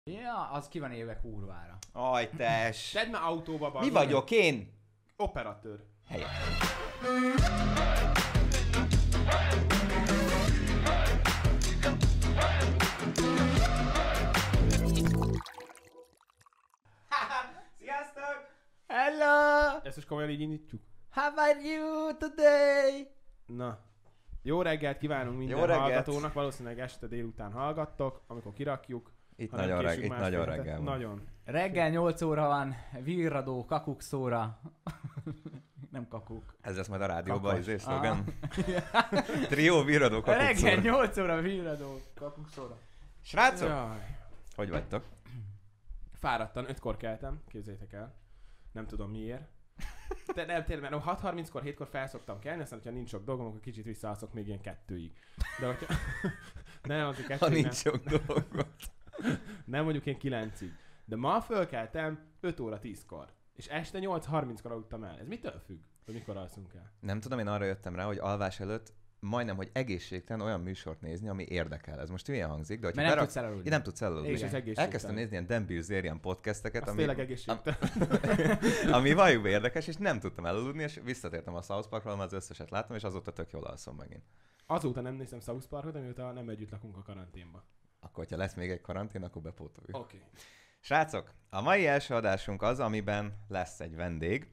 Ja, az ki van éve kurvára. Aj, tess! Tedd már autóba, Mi vagyok én? Operatőr. Helyes. Sziasztok! Hello! Ezt most komolyan így indítjuk? How are you today? Na. Jó reggelt kívánunk minden Jó reggelt. hallgatónak. Valószínűleg este délután hallgattok, amikor kirakjuk. Itt Ha nem nagyon, késünk itt másfél nagyon hetet. reggel van. Nagyon. Reggel 8 óra van, virradó, kakukszóra. Nem kakuk. Ez lesz majd a rádióban, Kakas. izé szlogen. Trió viradó Reggel kapucszor. 8 óra, virradó, kakukszóra. Srácok, Jaj. hogy vagytok? Fáradtan, 5-kor keltem, képzeljétek el. Nem tudom miért. De nem tényleg, mert 6:30-kor, 7-kor felszoktam kelni, aztán, hogyha nincs sok dolgom, akkor kicsit visszaalszok még ilyen 2-ig. De hogyha... nem, azért 2-ig Ha nem. nincs sok dolgot. Nem mondjuk én 9-ig. De ma fölkeltem 5 óra 10-kor. És este 8:30-kor aludtam el. Ez mitől függ? Hogy mikor alszunk el? Nem tudom, én arra jöttem rá, hogy alvás előtt majdnem, hogy egészségtelen olyan műsort nézni, ami érdekel. Ez most ilyen hangzik, de hogyha Mert nem tudsz elaludni. nem tudsz elaludni. És ez egészségtelen. Elkezdtem nézni ilyen Dan Bilzerian podcasteket, Az tényleg egészségtelen. ami valljuk be érdekes, és nem tudtam elaludni, és visszatértem a South Parkról, mert az összeset láttam, és azóta tök jól alszom megint. Azóta nem néztem South Parkot, amióta nem együtt lakunk a karanténba. Akkor, hogyha lesz még egy karantén, akkor bepótoljuk. Oké. Srácok, a mai első adásunk az, amiben lesz egy vendég.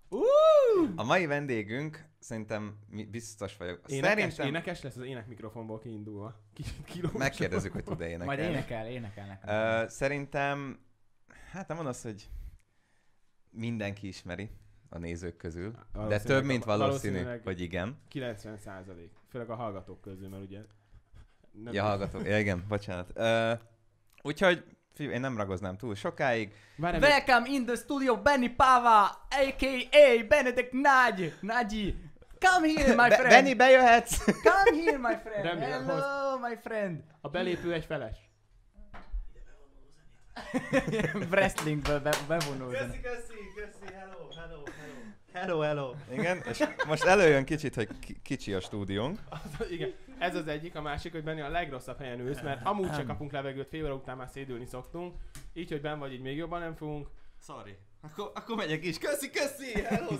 A mai vendégünk, szerintem biztos vagyok. Énekes lesz az ének mikrofonból kiindulva. Kilósok. Megkérdezzük, hogy tud-e Majd énekelni. énekelnek. Szerintem, hát nem mondom azt, hogy mindenki ismeri a nézők közül, de Valószínűleg- több, mint valószínű, valószínűleg hogy igen. 90%. Főleg a hallgatók közül, mert ugye... Nem Ja, hallgatók. Ja, igen, bocsánat. Úgyhogy, fiú, én nem ragoznám túl sokáig. Várjál, Welcome in the studio, Benny Pava, a.k.a. Benedict Nagy. Come here, my friend. Benni, bejöhetsz! Come here, my friend. Remélem, Hello, my friend. a belépő egy feles. Wrestlingből bevonulni. köszi, hello. Igen, és most előjön kicsit, hogy kicsi a stúdiónk. Igen, ez az egyik, a másik, hogy Benni a legrosszabb helyen ülsz, mert amúgy se kapunk levegőt, fél óra után már szédülni szoktunk. Így, hogy benn vagy, így még jobban nem fogunk. Sorry. Akkor megyek is. Köszi, hello.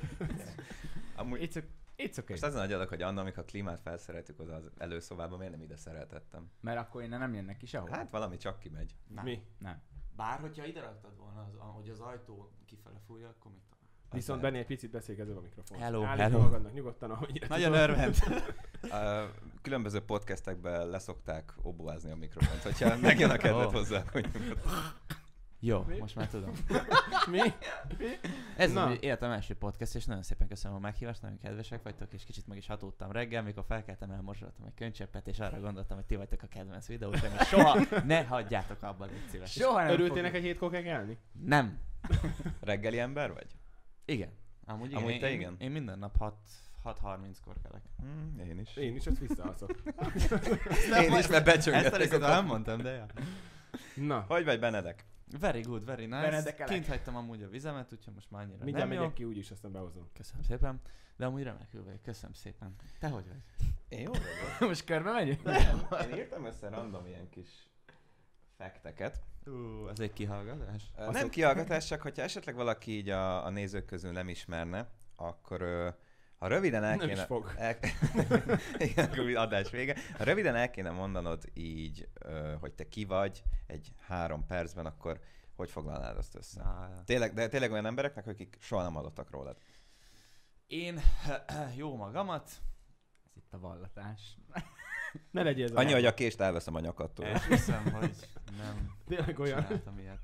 Amúgy, It's okay. most azon agyalok, hogy Anna, amikor a klímát felszereltük oda az előszobába, miért nem ide szereltettem? Mert akkor innen nem jönnek ki sehol. Hát valami csak kimegy. Mi? Nem. Bár hogyha ide raktad volna, hogy az ajtó kifele fújja, akkor még talán. Viszont Benni egy picit beszélgető a mikrofon. Hello. Magadnak nyugodtan, ahogy Nagyon örvend. Különböző podcastekben leszokták oboázni a mikrofont, hogyha megjön a kedved hozzá, hogy Jó, Mi? most már tudom. Mi? Ez Na. az életem első podcast, és nagyon szépen köszönöm a meghívást, nagyon kedvesek vagytok, és kicsit meg is hatódtam reggel, mikor felkeltem, elmorzsoltam egy könycseppet, és arra gondoltam, hogy ti vagytok a kedvenc videós, és soha ne hagyjátok abba, légy szíves. Soha nem Örültének fogjuk. egy hétkor kegelni? Nem. reggeli ember vagy? Igen. Amúgy igen. Amúgy te igen? Én minden nap 6:30-kor kelek. Én is. Én is, ott visszaalszok. Én is, mert becsöngettek Ezt a nem kaput. mondtam, de ja. Na, Hogy vagy, Benedek? Very good, very nice. Benedekelek. Kint hagytam amúgy a vizemet, úgyhogy most már annyira mindjárt nem jó. megyek ki úgyis, aztán behozom. Köszönöm szépen. De amúgy remekül vagy, köszönöm szépen. Te hogy vagy? Én jó vagyok. Most körbe megyünk? Én írtam össze random ilyen kis fekteket. Ez egy kihallgatás? Nem kihallgatás, csak hogyha esetleg valaki így a nézők közül nem ismerne, akkor ha röviden el Nem kéne... is fog. Igen, akkor adás vége. Ha röviden el kéne mondanod így, hogy te ki vagy egy 3 percben, akkor hogy foglalnád azt össze? Tényleg olyan embereknek, akik soha nem hallottak rólad. Én jó magamat. Ez itt a vallatás. Ne legyél ez Annyi, hogy a kést elveszem a nyakadtól. Esküszöm, hogy nem Tényleg olyan. csináltam ilyet.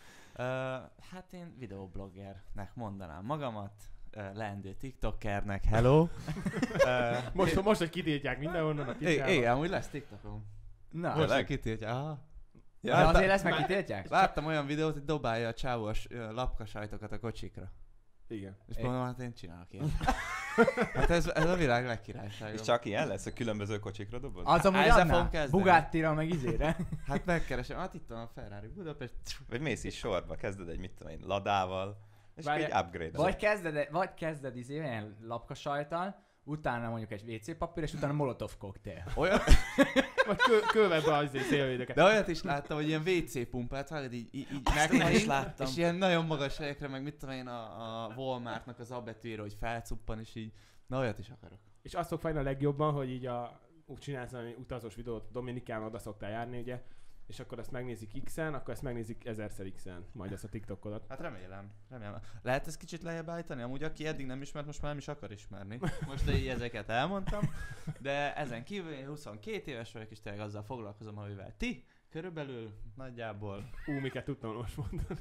Hát én videobloggernek mondanám magamat. Leendő tiktokernek, hello. Most, hogy kitiltják mindenhonnan a titkával. Igen, amúgy lesz tiktokom. Na, Most Tényleg? hogy kitiltja. Aha. de azért lesz meg kitiltják? Láttam olyan videót, hogy dobálja a csávó a lapkasajtokat a kocsikra. Igen. És mondom, hát én csinálok ilyet. Hát ez a világ legkirálysága. És csak ilyen lesz, hogy különböző kocsikra dobod? Az amúgy Ezzel fogom adná. kezdeni. Bugattira meg izére. Hát megkeresem, hát itt van a Ferrari Budapest. Vagy mész is sorba, kezded egy, mit tudom én, ladával, és Várjál, így upgrade. Vagy kezded izé, ilyen lapkasajtal, utána mondjuk egy WC papír, és utána molotov koktél. Olyan, Vagy kővel be az szélvédeket. de olyat is láttam, hogy ilyen WC pumpát, vágod így megmegy, is láttam. és ilyen nagyon magas helyekre, meg mit tudom én a Walmartnak az A betűjére, hogy felcuppan, és így, na olyat is akarok. És azt fog fájni a legjobban, hogy így úgy csinálsz valami utazós videót, Dominikán oda szoktál járni, ugye? És akkor azt megnézik X-en, akkor ezt megnézik 1000-szer X-en, majd ezt a TikTokodat. Hát remélem. Lehet ezt kicsit lejjebb állítani? Amúgy aki eddig nem ismert, most már nem is akar ismerni. Most így ezeket elmondtam. De ezen kívül én 22 éves vagyok, és tényleg azzal foglalkozom, amivel ti körülbelül nagyjából. Miket tudtam most mondani.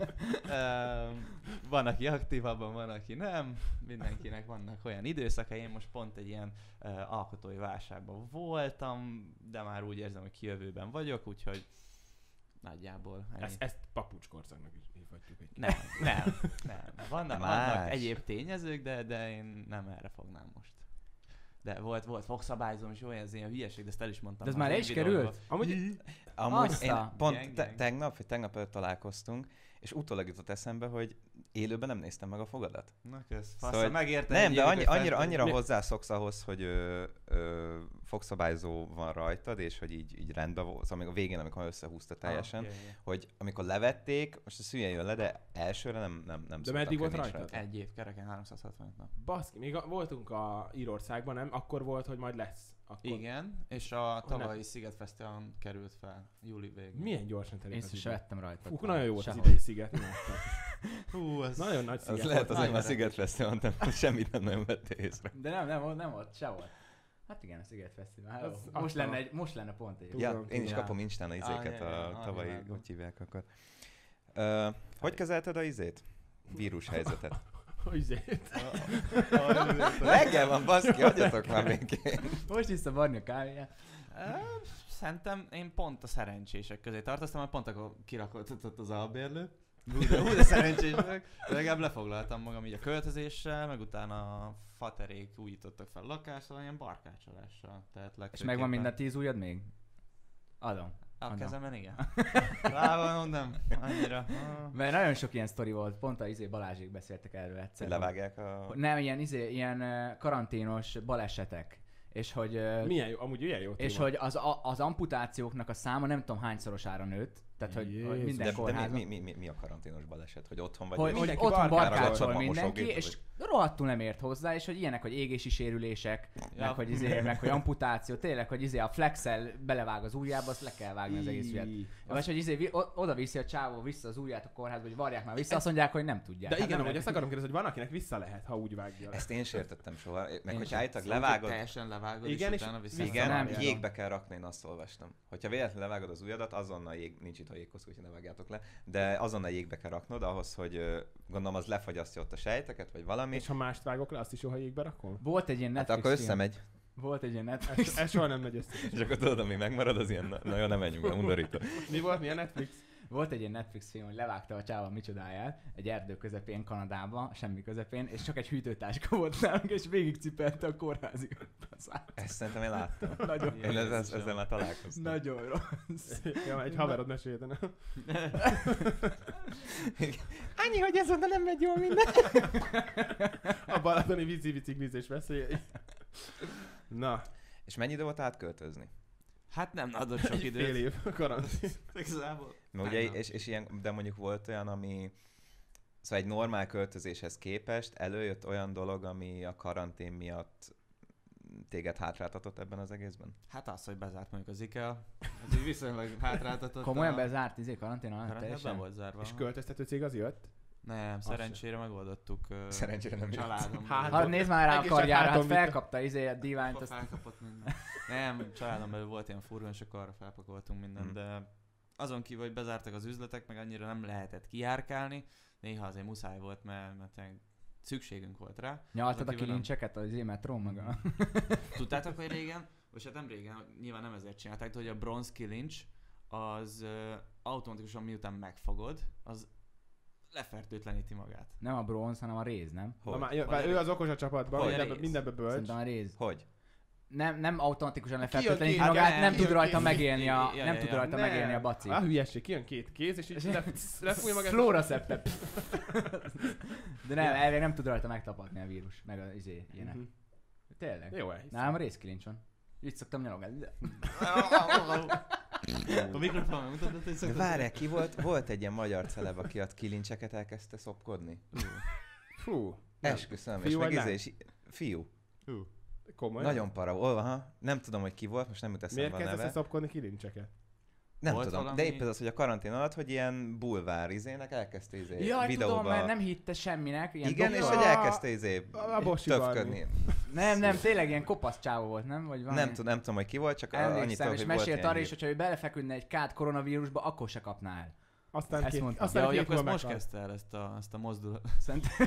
Van, aki aktívabban, van, aki nem. Mindenkinek vannak olyan időszakai. Én most pont egy ilyen alkotói válságban voltam, de már úgy érzem, hogy kijövőben vagyok, úgyhogy nagyjából ennyi. Ezt papucskorszaknak is hívhatjuk. Nem. Vannak egyéb tényezők, de én nem erre fognám most. De volt fogszabályzom is olyan, ez ilyen hülyeség, de ezt el is mondtam. De ez már is került? Amúgy Azt én a- pont tegnap előtt találkoztunk, és utólag jutott eszembe, hogy élőben nem néztem meg a fogadat. Na kösz. Szóval, Szóval megérte. Nem, de egy évig, hogy annyira Mi? hozzászoksz ahhoz, hogy fogszabályzó van rajtad, és hogy így rendben volt, szóval még a végén, amikor összehúzta teljesen, hogy amikor levették, most ez hülyen jön le, de elsőre nem szoktam meddig volt könnyű is rajtad? Egy év, kereken 365 nap. Baszki, még voltunk a Írországban, nem? Akkor volt, hogy majd lesz. Akkor... Igen, és a tavalyi Szigetfesztiválon került fel, júli végén. Milyen gyorsan telik Én az se idő. vettem rajta. Fú, nagyon jó volt az Sehol. idei sziget. nem láttam. Hú, ez... Nagyon nagy sziget. Az lehet volt. azért, mert Nagyon Szigetfesztiválon nem semmit nem vettél észre. De nem volt sehol. Hát igen, a Sziget Fesztivál. Az Most lenne pont egy. Tudom, Ja, én is tudom. kapom Instán a izéket, a tavalyi, Animádban. hogy hívják akkor. Hogy kezelted a izét? Vírushelyzetet. Izét. Reggel van, baszki, adjatok már békén. Most vissza Barni a kávéját. Szerintem én pont a szerencsések közé tartoztam, mert pont akkor kirakodtatott az albérlő. Hú, de szerencsés vagyok. De legalább lefoglaltam magam így a költözéssel, meg utána a faterék újítottak fel lakást, szóval ilyen barkácsolással. Tehát És megvan minden 10 ujjad még? Adom. A kezemen igen. Lábon nem, annyira. Mert nagyon sok ilyen sztori volt, pont a Balázsék beszéltek erről Hogy egyszer. levágják a... Nem, ilyen karanténos balesetek. És hogy, Milyen jó, amúgy ilyen jó és téma. hogy az amputációknak a száma nem tudom hányszorosára nőtt. Tehát, hogy Jézus. minden De kórházban. mi a karanténos baleset? Hogy otthon vagy? Hogy és- mindenki otthon barkácsol barkácsol a mindenki, mosógépbe, és rohadtul nem ért hozzá, és hogy ilyenek, hogy égési sérülések, Ja. meg hogy amputáció, tényleg, hogy a flexel belevág az ujjába, azt le kell vágni az egész ujját. Vagy hogy oda viszi a csávó vissza az ujját a kórházba, hogy varják már vissza, azt mondják, hogy nem tudják. De Hát igen, nem amúgy ezt lehet. akarom kérdezni, hogy van, akinek vissza lehet, ha úgy vágja le. Ezt én sértettem soha. Meg Én hogyha sem. állítak, Szóval, levágod, teljesen levágod, Igen, és és utána vissza- igen, Nem, tudom. jégbe kell rakni, én azt olvastam. Hogyha véletlenül levágod az ujjadat, azonnal nincs itt a jégkoszú, úgyhogy ne vágjátok le, de azonnal jégbe kell raknod ahhoz, hogy gondolom az lefagyasztja ott a sejteket, vagy valami. És ha mást vágok le, azt is jó, ha jégbe rakom? Volt egy ilyen Hát Netflix akkor film. összemegy. Volt egy ilyen Netflix. Ez soha nem megy össze. És akkor tudod, ami megmarad, az ilyen, na jó, nem menjünk, nem undorító. Mi volt? Milyen Netflix? Volt egy ilyen Netflix film, hogy levágta a csáva micsodáját egy erdő közepén, Kanadában, semmi közepén, és csak egy hűtőtáska volt nálunk, és végigcipelte a kórházig. Ezt szerintem én láttam. Nagyon, Én ezzel már találkoztam. nagyon rossz. Ja, egy haverod mesélte, nem? Annyi, hogy ez oda nem megy jól minden. A balatoni vízi-biciklizés veszély. Na, És mennyi idő volt átköltözni? Hát nem adott sok fél időt. év karantén. Igazából. Mert ugye, Nem. és ilyen, de mondjuk volt olyan, ami... Szóval egy normál költözéshez képest előjött olyan dolog, ami a karantén miatt téged hátráltatott ebben az egészben? Hát az, hogy bezárt mondjuk az IKEA, az így viszonylag hátráltatott. Komolyan bezárt karantén alatt Karanténben teljesen? volt zárva. És költöztető cég az jött? Nem, szerencsére megoldottuk Szerencsére nem jött. családom. Hát, Ha nézd már rá a Egész karjára, hát háton mit- felkapta a diványt, azt... Felkapott minden. Nem, családom belül volt ilyen furgon, és akkor arra felpakoltunk mindent, de azon kívül, hogy bezártak az üzletek, meg annyira nem lehetett kijárkálni, néha azért muszáj volt, mert tényleg szükségünk volt rá. Nyaltad a Azon kívül kilincseket az metrón meg a... Tudtátok, hogy régen, vagy hát nem régen, nyilván nem ezért csinálták, hogy a bronz kilincs az automatikusan miután megfogod, az lefertőtleníti magát. Nem a bronz, hanem a réz, nem? Na, Hogy? már, ő az okos a csapatban, Hogy? mindenbe bölcs. Szerintem a réz. Hogy? Nem automatikusan Kijön lefertőtleníti két- magát, hát nem kijön tud rajta két- megélni a... Ja, Nem ja, tud ja. rajta megélni a baci. A hülyeség, kijön két kéz, és így lefújja magát. Flóra szeptep. De nem, elvileg nem tud rajta megtapadni a vírus, meg az ilyenek. Mhm. Tényleg? Jó, elhiszem. Nálam a részkilincs van. Így szoktam nyalogatni. A mikrofon megmutatod, hogy De szokott. várjál, ki volt egy ilyen magyar celeb, aki a kilincseket elkezdte szopkodni? Fú. Esküszöm, és Fiú meg vagy lány? is fiú. Komolyan? Nagyon para volt, aha. Nem tudom, hogy ki volt, most nem jut eszembe Miért a kezdesz neve. szopkodni kilincseket? Nem Volt tudom, valami- de épp ez az, hogy a karantén alatt, hogy ilyen bulvár izének elkezdte Jaj, videóba. tudom, mert nem hitte semminek. Ilyen Igen, és doktor- hogy elkezdte A bosiban töfködni. Nem, tényleg ilyen kopasz csávó volt, nem? Vagy valami... Nem tudom, hogy ki volt, csak annyit Emlékszem, tudom, és hogy volt mesélt ilyen arra is, hír. hogyha ő belefeküdne egy kád koronavírusba, akkor se kapná el. Aztán Ezt mondtam. aztán Ja, hogy két akkor ezt hónap most meghalt. kezdte el ezt a mozdulat. Szerintem...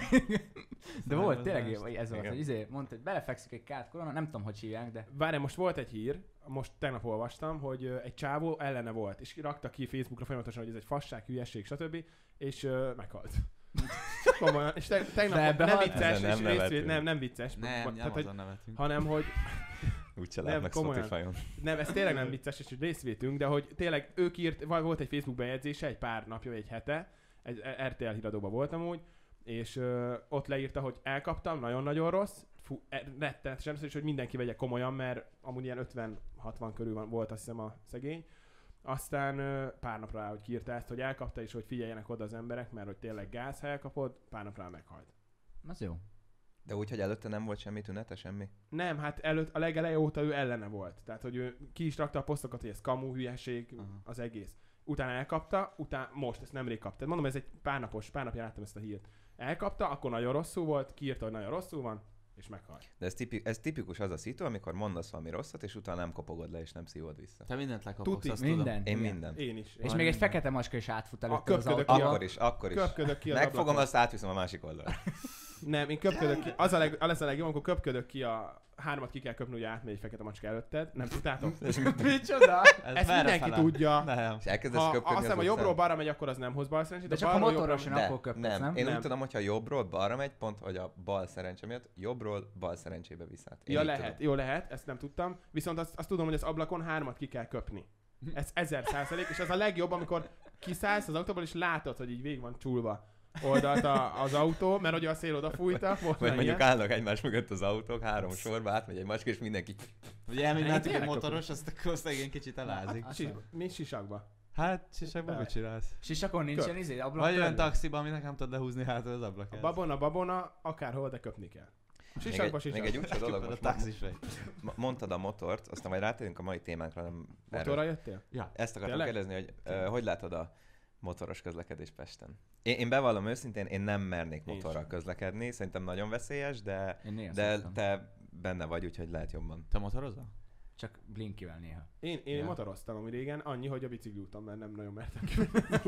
De volt az tényleg más. ez volt, Igen. hogy mondta, hogy belefekszik egy kád korona, nem tudom, hogy hívják, de... Várj, most volt egy hír, most tegnap olvastam, hogy egy csávó ellene volt, és rakta ki Facebookra folyamatosan, hogy ez egy fasság, hülyeség, stb. És meghalt. Komolyan. És De tegnap ebbe nem halt? vicces, Ezen nem és nevetünk. nem vicces. Nem tehát, hogy, azon nevetünk. hanem, hogy Úgyse Nem, látnak komolyan. Spotify-on. nem, ez tényleg nem vicces, és hogy részvétünk, de hogy tényleg ők írt, vagy volt egy Facebook bejegyzése, egy pár napja, vagy egy hete, egy RTL híradóban voltam úgy, és ott leírta, hogy elkaptam, nagyon-nagyon rossz, rettenetesen, és hogy mindenki vegye komolyan, mert amúgy ilyen 50-60 körül volt, azt hiszem, a szegény. Aztán pár napra rá, hogy kiírta ezt, hogy elkapta, és hogy figyeljenek oda az emberek, mert hogy tényleg gáz, ha elkapod, pár napra rá meghalt. Az jó. De úgy, hogy előtte nem volt semmi tünete, semmi? Nem, hát előtt, a legeleje óta ő ellene volt. Tehát, hogy ő ki is rakta a posztokat, hogy ez kamu, hülyeség, Aha. az egész. Utána elkapta, most, ezt nemrég kapta. Mondom, ez egy pár napja láttam ezt a hírt. Elkapta, akkor nagyon rosszul volt, kiírta, hogy nagyon rosszul van, és meghalt. De ez tipikus az a szitu, amikor mondasz valami rosszat, és utána nem kopogod le, és nem szívod vissza. Te mindent lekapogsz, Tuti. azt tudom. Minden. Én igen. minden. Én is. És Van még egy minden. fekete macska is átfut A előtte az köpködök autóval. Akkor is. Köpködök ki az Megfogom, ablakon. azt átviszem a másik oldalra. Nem, én köpködök ki. Az a legjobb, amikor köpködök ki a hármat ki kell köpni, hogy átmegy egy fekete macska előtted. Nem tudtátok? Micsoda? Ezt mindenki tudja. Nem. És elkezdesz Ha köpködni azt hiszem, a az jobbról utcán? balra megy, akkor az nem hoz bal szerencsét. De csak a balról motoroson jobbra akkor köpködsz, nem. nem? Én Nem. úgy tudom, hogyha jobbról balra megy, pont, hogy a bal szerencse miatt, jobbról bal szerencsébe visz át. Én Ja, így lehet, tudom. jó lehet, ezt nem tudtam. Viszont azt tudom, hogy az ablakon hármat ki kell köpni. Ez 1000%, és ez a legjobb, amikor kiszállsz az autóból, és látod, hogy így végig van csulva oldalt az autó, mert ugye a szél odafújta. Volt Vagy már mondjuk ilyen. állnak egymás mögött az autók, 3 sorba, átmegy egy macska, és mindenki... Ugye elmegy Én látszik egy tényleg motoros, azt akkor szegény kicsit elázik. Mi sisakba? Hát, sisakban mit csinálsz? Sisakon nincsen izé, ablak Vagy olyan törlő? taxiban, aminek nem tudod lehúzni hátul az ablakát. A babona, akárhol, de köpni kell. Sisakba, Még egy úgyse dolog, A most taxis vagy. mondtad a motort, aztán majd rátérünk a mai témánkra, nem Motorra jöttél? Ja. Ezt akartam Tényleg? kérdezni, hogy hogy látod a motoros közlekedés Pesten? Én bevallom őszintén, én nem mernék Én motorral sem. közlekedni, szerintem nagyon veszélyes, de, Én néha de szoktam. te benne vagy, úgyhogy lehet jobban. Te motorozol? Csak blinkivel néha. Én Ja. motoroztam amúgy régen, annyi, hogy a bicikliúton, mert nem nagyon mertem ki.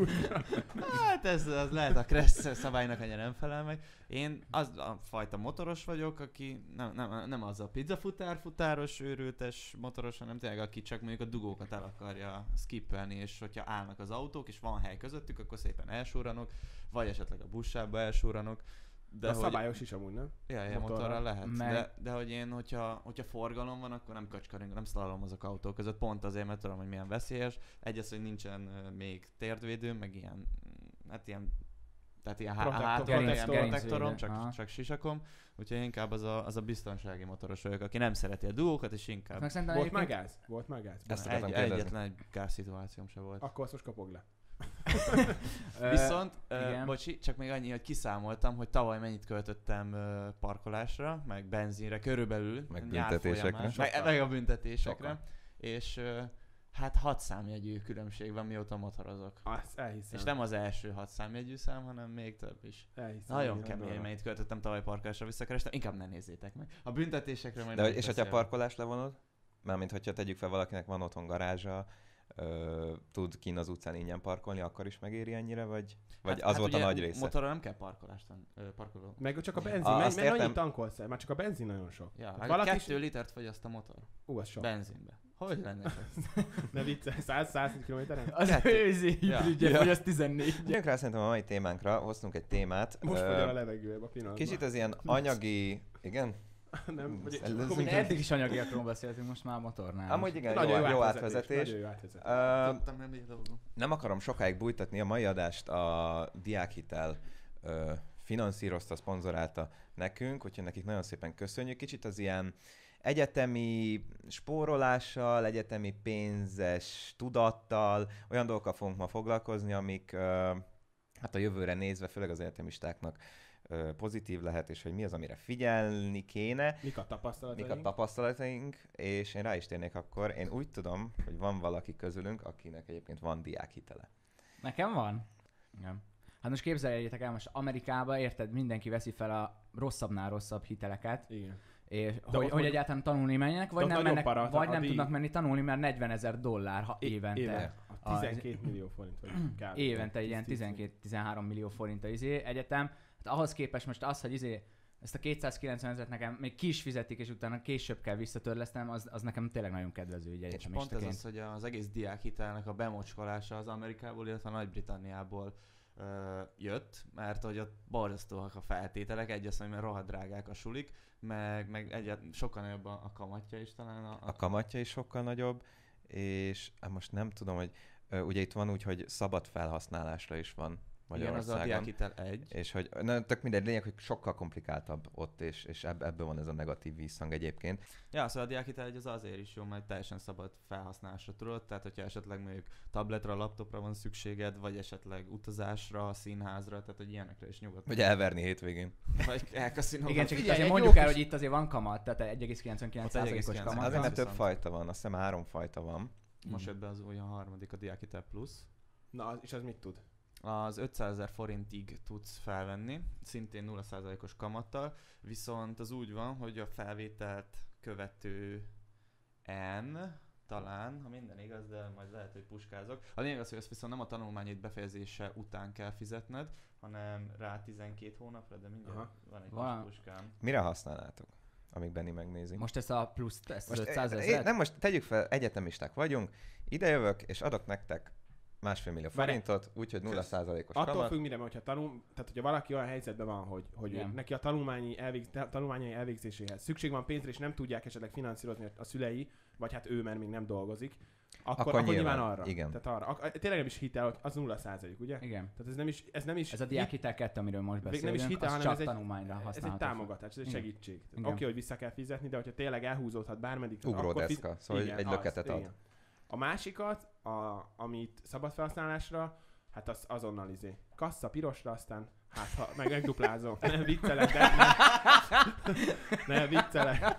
Hát ez az lehet a Kressz szabálynak annyira nem felel meg. Én az a fajta motoros vagyok, aki nem az a futáros, őrültes motoros, hanem tényleg aki csak mondjuk a dugókat el akarja skippelni, és hogyha állnak az autók, és van hely közöttük, akkor szépen elsúranok, vagy esetleg a buszába elsúranok. De a szabályos is amúgy, nem? Ja, motorral. motorral lehet. Meg- De hogy én, hogyha forgalom van, akkor nem köcskaring, nem szlalomozok autók között, pont azért, mert tudom, hogy milyen veszélyes. Egyes, hogy nincsen még térdvédő, meg ilyen, hát ilyen, tehát ilyen protektorom, csak sisakom. Úgyhogy inkább az a biztonsági motoros vagyok, aki nem szereti a dugókat, és inkább Meg szerintem Volt már egyébként- gáz? Volt már gáz? Ezt akartam kérdezni. egyetlen egy gázszituációm se volt. Akkor azt most kapog le. Viszont, igen. bocsi, csak még annyi, hogy kiszámoltam, hogy tavaly mennyit költöttem parkolásra, meg benzinre, körülbelül. Meg nyár büntetésekre. folyamán, meg a büntetésekre. És hát 6 számjegyű különbség van, mióta motorozok. Azt elhiszem. És nem az első 6 számjegyű szám, hanem még több is. Elhiszem. Nagyon igen, kemény, durva. mennyit költöttem tavaly parkolásra, visszakerestem. Inkább ne nézzétek meg. A büntetésekre majd De, nem és hogyha a beszélek. parkolás levonod? Mármint, hogyha tegyük fel valakinek van otthon garázsa, tud kín az utcán ingyen parkolni, akkor is megéri ennyire, vagy az volt a ugye nagy része? Motorral nem kell parkoló. Meg csak a benzin. Azt Mert értem. annyit tankolsz el? Már csak a benzin nagyon sok. Ja, Hát hát valaki 2 litert fogyaszt a motor. Az sok. Benzinbe. Hogy lenne ez? Ne viccelj, 100-100 kilométeren? Az Kettő. őzi Ja. hibridje, Ja. hogy az 14. Gyerünk rá szerintem a mai témánkra, hoztunk egy témát. Most fogy el a levegőbe a pillanatban. Kicsit az ilyen anyagi... Igen? Nem, vagy Ez- akkor ez- mind- Eddig is anyagiakról beszéltünk, most már a motornál. Amúgy igen, Nagyon jó átvezetés. átvezetés. Nagyon jó átvezetés. Tudtam, nem így dolgom. Nem akarom sokáig bújtatni a mai adást a diákhitel finanszírozta, szponzorálta nekünk, úgyhogy nekik nagyon szépen köszönjük. Kicsit az ilyen egyetemi spórolással, egyetemi pénzes tudattal, olyan dolgokkal fogunk ma foglalkozni, amik hát a jövőre nézve, főleg az egyetemistáknak pozitív lehet, és hogy mi az, amire figyelni kéne. Mik a tapasztalataink, és én rá is térnék akkor. Én úgy tudom, hogy van valaki közülünk, akinek egyébként van diákhitele. Nekem van? Igen. Hát most képzeljétek el, most Amerikában, érted, mindenki veszi fel a rosszabbnál rosszabb hiteleket. Igen. És hogy egyáltalán tanulni menjenek, vagy nem, mennek, vagy nem tudnak menni tanulni, mert $40,000 évente. A 12 millió forint, vagy kb. Évente ilyen 12-13 millió forint az egyetem. Hát ahhoz képest most az, hogy ezt a 290 000 nekem még ki is fizetik, és utána később kell visszatörlesztenem, az nekem tényleg nagyon kedvező így egyetemistaként. Pont ez az, hogy az egész diákhitelnek a bemocskolása az Amerikából, illetve Nagy-Britanniából jött, mert hogy ott borzasztóak a feltételek, egyes, mert rohadt drágák a sulik, meg sokkal nagyobb a kamatja is talán. A kamatja is sokkal nagyobb, és most nem tudom, hogy ugye itt van úgy, hogy szabad felhasználásra is van Magyarországon. Igen, az a diákhitel 1. És hogy tök mindegy, lényeg, hogy sokkal komplikáltabb ott, és ebből van ez a negatív visszhang egyébként. Ja, szóval a diákhitel 1 az azért is jó, mert teljesen szabad felhasználásra tudod, tehát hogyha esetleg mondjuk tabletra, laptopra van szükséged, vagy esetleg utazásra, színházra, tehát hogy ilyenekre is nyugodtan. Vagy elverni hétvégén. Vagy elkaszinóban. Igen, csak itt azért mondjuk el, hogy itt azért van kamat, tehát 1,99%-os kamat. Azért, mert több fajta van, azt hiszem 3 fajta van. Most jött be az olyan harmadik, a diákhitel plusz. Na, és az mit tud? Az 500 000 forintig tudsz felvenni, szintén 0%-os kamattal, viszont az úgy van, hogy a felvételt követően talán, ha minden igaz, de majd lehet, hogy puskázok. A lényeg az, hogy ezt viszont nem a tanulmányid befejezése után kell fizetned, hanem rá 12 hónapra, de mindjárt van egy kis puskám. Mire használnátok, amíg Benni megnézi? Most ezt a plusz, ezt most 500 000? Nem, most tegyük fel, egyetemisták vagyunk, ide jövök, és adok nektek 1,5 millió forintot, úgyhogy 0%-os kamat. Attól függ mire, hogyha tehát hogyha valaki olyan helyzetben van, hogy neki a tanulmányai elvégzéséhez szükség van pénzre, és nem tudják esetleg finanszírozni a szülei, vagy hát ő, mert még nem dolgozik, akkor nyilván arra. Igen. Tehát arra. Tényleg nem is hitel, az 0%, ugye? Igen. Tehát ez nem is... Ez a diákhitel 2, amiről most beszélünk, nem is hitel, hanem csak tanulmányra használható. Ez egy támogatás, ez egy segítség. Oké, hogy vissza kell fizetni, de hogyha tényleg elhúzódhat bármeddig... Ugródeszka, szóval igen, egy löketet ad. Igen. A másikat, amit szabad felhasználásra, hát az azonnal kassa pirosra, aztán hát ha megduplázom. Nem viccelek, de nem viccelek.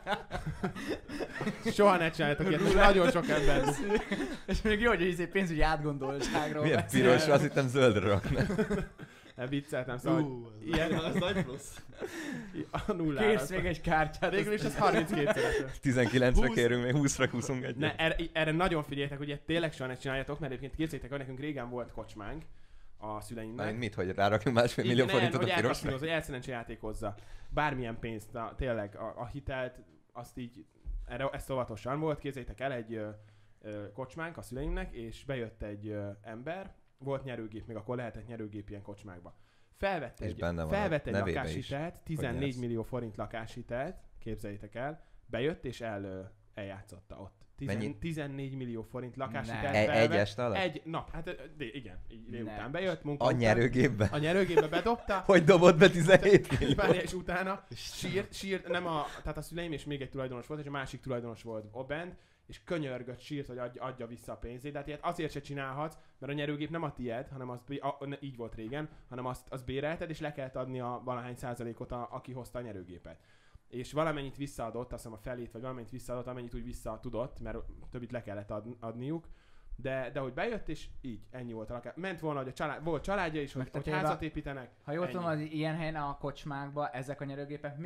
Soha ne csináljátok ilyet, nagyon sok ember. És még jó, hogy pénzügyi átgondoltságról milyen piros, azt hittem zöldre raknak. Nem vicceltem, szóval ilyen az nagy plusz. A nullára. Kérsz még egy kártyát. Végül is ez 32-szeres. 19-re kérünk, még 20-ra húzunk egyet. Ne, erre nagyon figyeljetek, hogy tényleg soha ne csináljátok, mert egyébként képzeljétek, hogy nekünk régen volt kocsmánk a szüleinknek. Na, mit, hogy rárakjunk 1,5 millió forintot a pirosra? Hogy elszerencsé játékozza. Bármilyen pénzt, tényleg a hitelt, azt így, ezt óvatosan volt, képzeljétek el egy kocsmánk a szüleimnek, és bejött egy ember, volt nyerőgép, még akkor lehetett nyerőgép ilyen kocsmákba. Felvett egy lakáshitelt, 14 millió forint lakáshitelt, képzeljétek el, bejött és eljátszotta ott. 14 millió forint lakáshitelt felvett. Egy este alatt? Egy nap, hát igen, így délután bejött, munka a nyerőgépbe? A nyerőgépbe bedobta. Hogy dobott be 17 millió? És utána sírt, tehát a szüleim és még egy tulajdonos volt, és a másik tulajdonos volt bent, és könyörgött, sírt, hogy adja vissza a pénzét, de hát ilyet azért se csinálhatsz, mert a nyerőgép nem a tied, hanem így volt régen, hanem azt bérelted, és le kellett adni a valahány százalékot, aki hozta a nyerőgépet. És valamennyit visszaadott, azt hiszem a felét, vagy valamennyit visszaadott, amennyit úgy vissza tudott, mert többit le kellett adniuk. De hogy bejött, és így, ennyi volt a lakás. Ment volna, hogy volt családja is, hogy házat építenek. Ha jól tudom, az ilyen helyen a kocsmákban ezek a nyerőgépek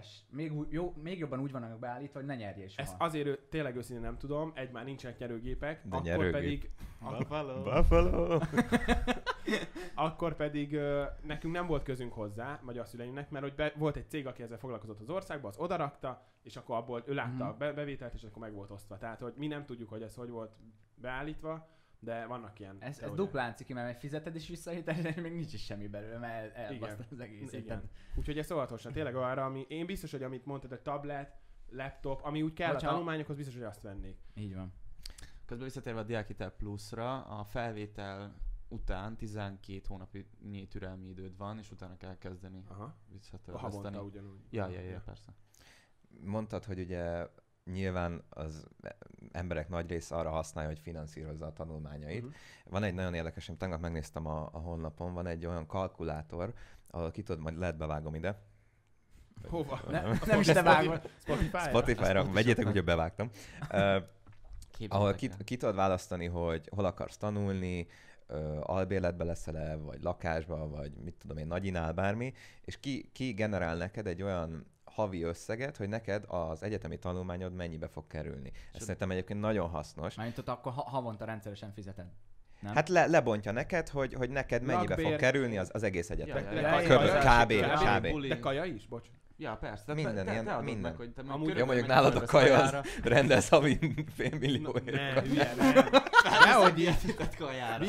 még jobban úgy vannak beállítva, hogy ne nyerjél soha. Ezt azért tényleg őszintén nem tudom, már nincsenek nyerőgépek, de akkor nyerőgép. pedig... Buffalo! Akkor pedig nekünk nem volt közünk hozzá, magyar szüleimnek, mert hogy volt egy cég, aki ezzel foglalkozott az országban, az odarakta, és akkor abból ő látta a bevételt, és akkor meg volt osztva. Tehát, hogy mi nem tudjuk, hogy ez hogy volt beállítva, de vannak ilyen... Ez duplán ciki, mert fizeted is visszahiteled, és még nincs is semmi belőle, mert elbasztad az egész. Igen. Úgyhogy ez óvatosan, tényleg arra, ami... Én biztos, hogy amit mondtad, a tablet, laptop, ami úgy kell a tanulmányokhoz, biztos, hogy azt vennék. Így van. Közben visszatérve a diákhitel pluszra, a felvétel után 12 hónapnyi türelmi időd van, és utána kell kezdeni visszatörleszteni. A havonta ugyanúgy. Ja, persze. Mondtad, hogy ugye nyilván az emberek nagy része arra használja, hogy finanszírozza a tanulmányait. Van egy nagyon érdekes, én tegnap megnéztem a honlapon, van egy olyan kalkulátor, ahol ki tudod, majd lehet bevágom ide. Hova? Nem is te vágod. Spotify-ra, vegyétek, hogyha bevágtam. Ahol ki tudod választani, hogy hol akarsz tanulni, albérletbe leszel-e, vagy lakásba, vagy mit tudom én, nagyinál, bármi, és ki generál neked egy olyan havi összeget, hogy neked az egyetemi tanulmányod mennyibe fog kerülni. Ez szerintem egyébként nagyon hasznos. Mármint ott akkor havonta rendszeresen fizeted. Nem? Hát lebontja neked, hogy neked mennyibe fog kerülni az egész egyetem. Kb. De kaja is? Bocs. Ja, persze. Minden ilyen, minden. Meg, hogy te Jó, mondjuk nálad a kaja az rendelsz havi $500 000. Ne, hülye, nem. Nehogy így. Kajára.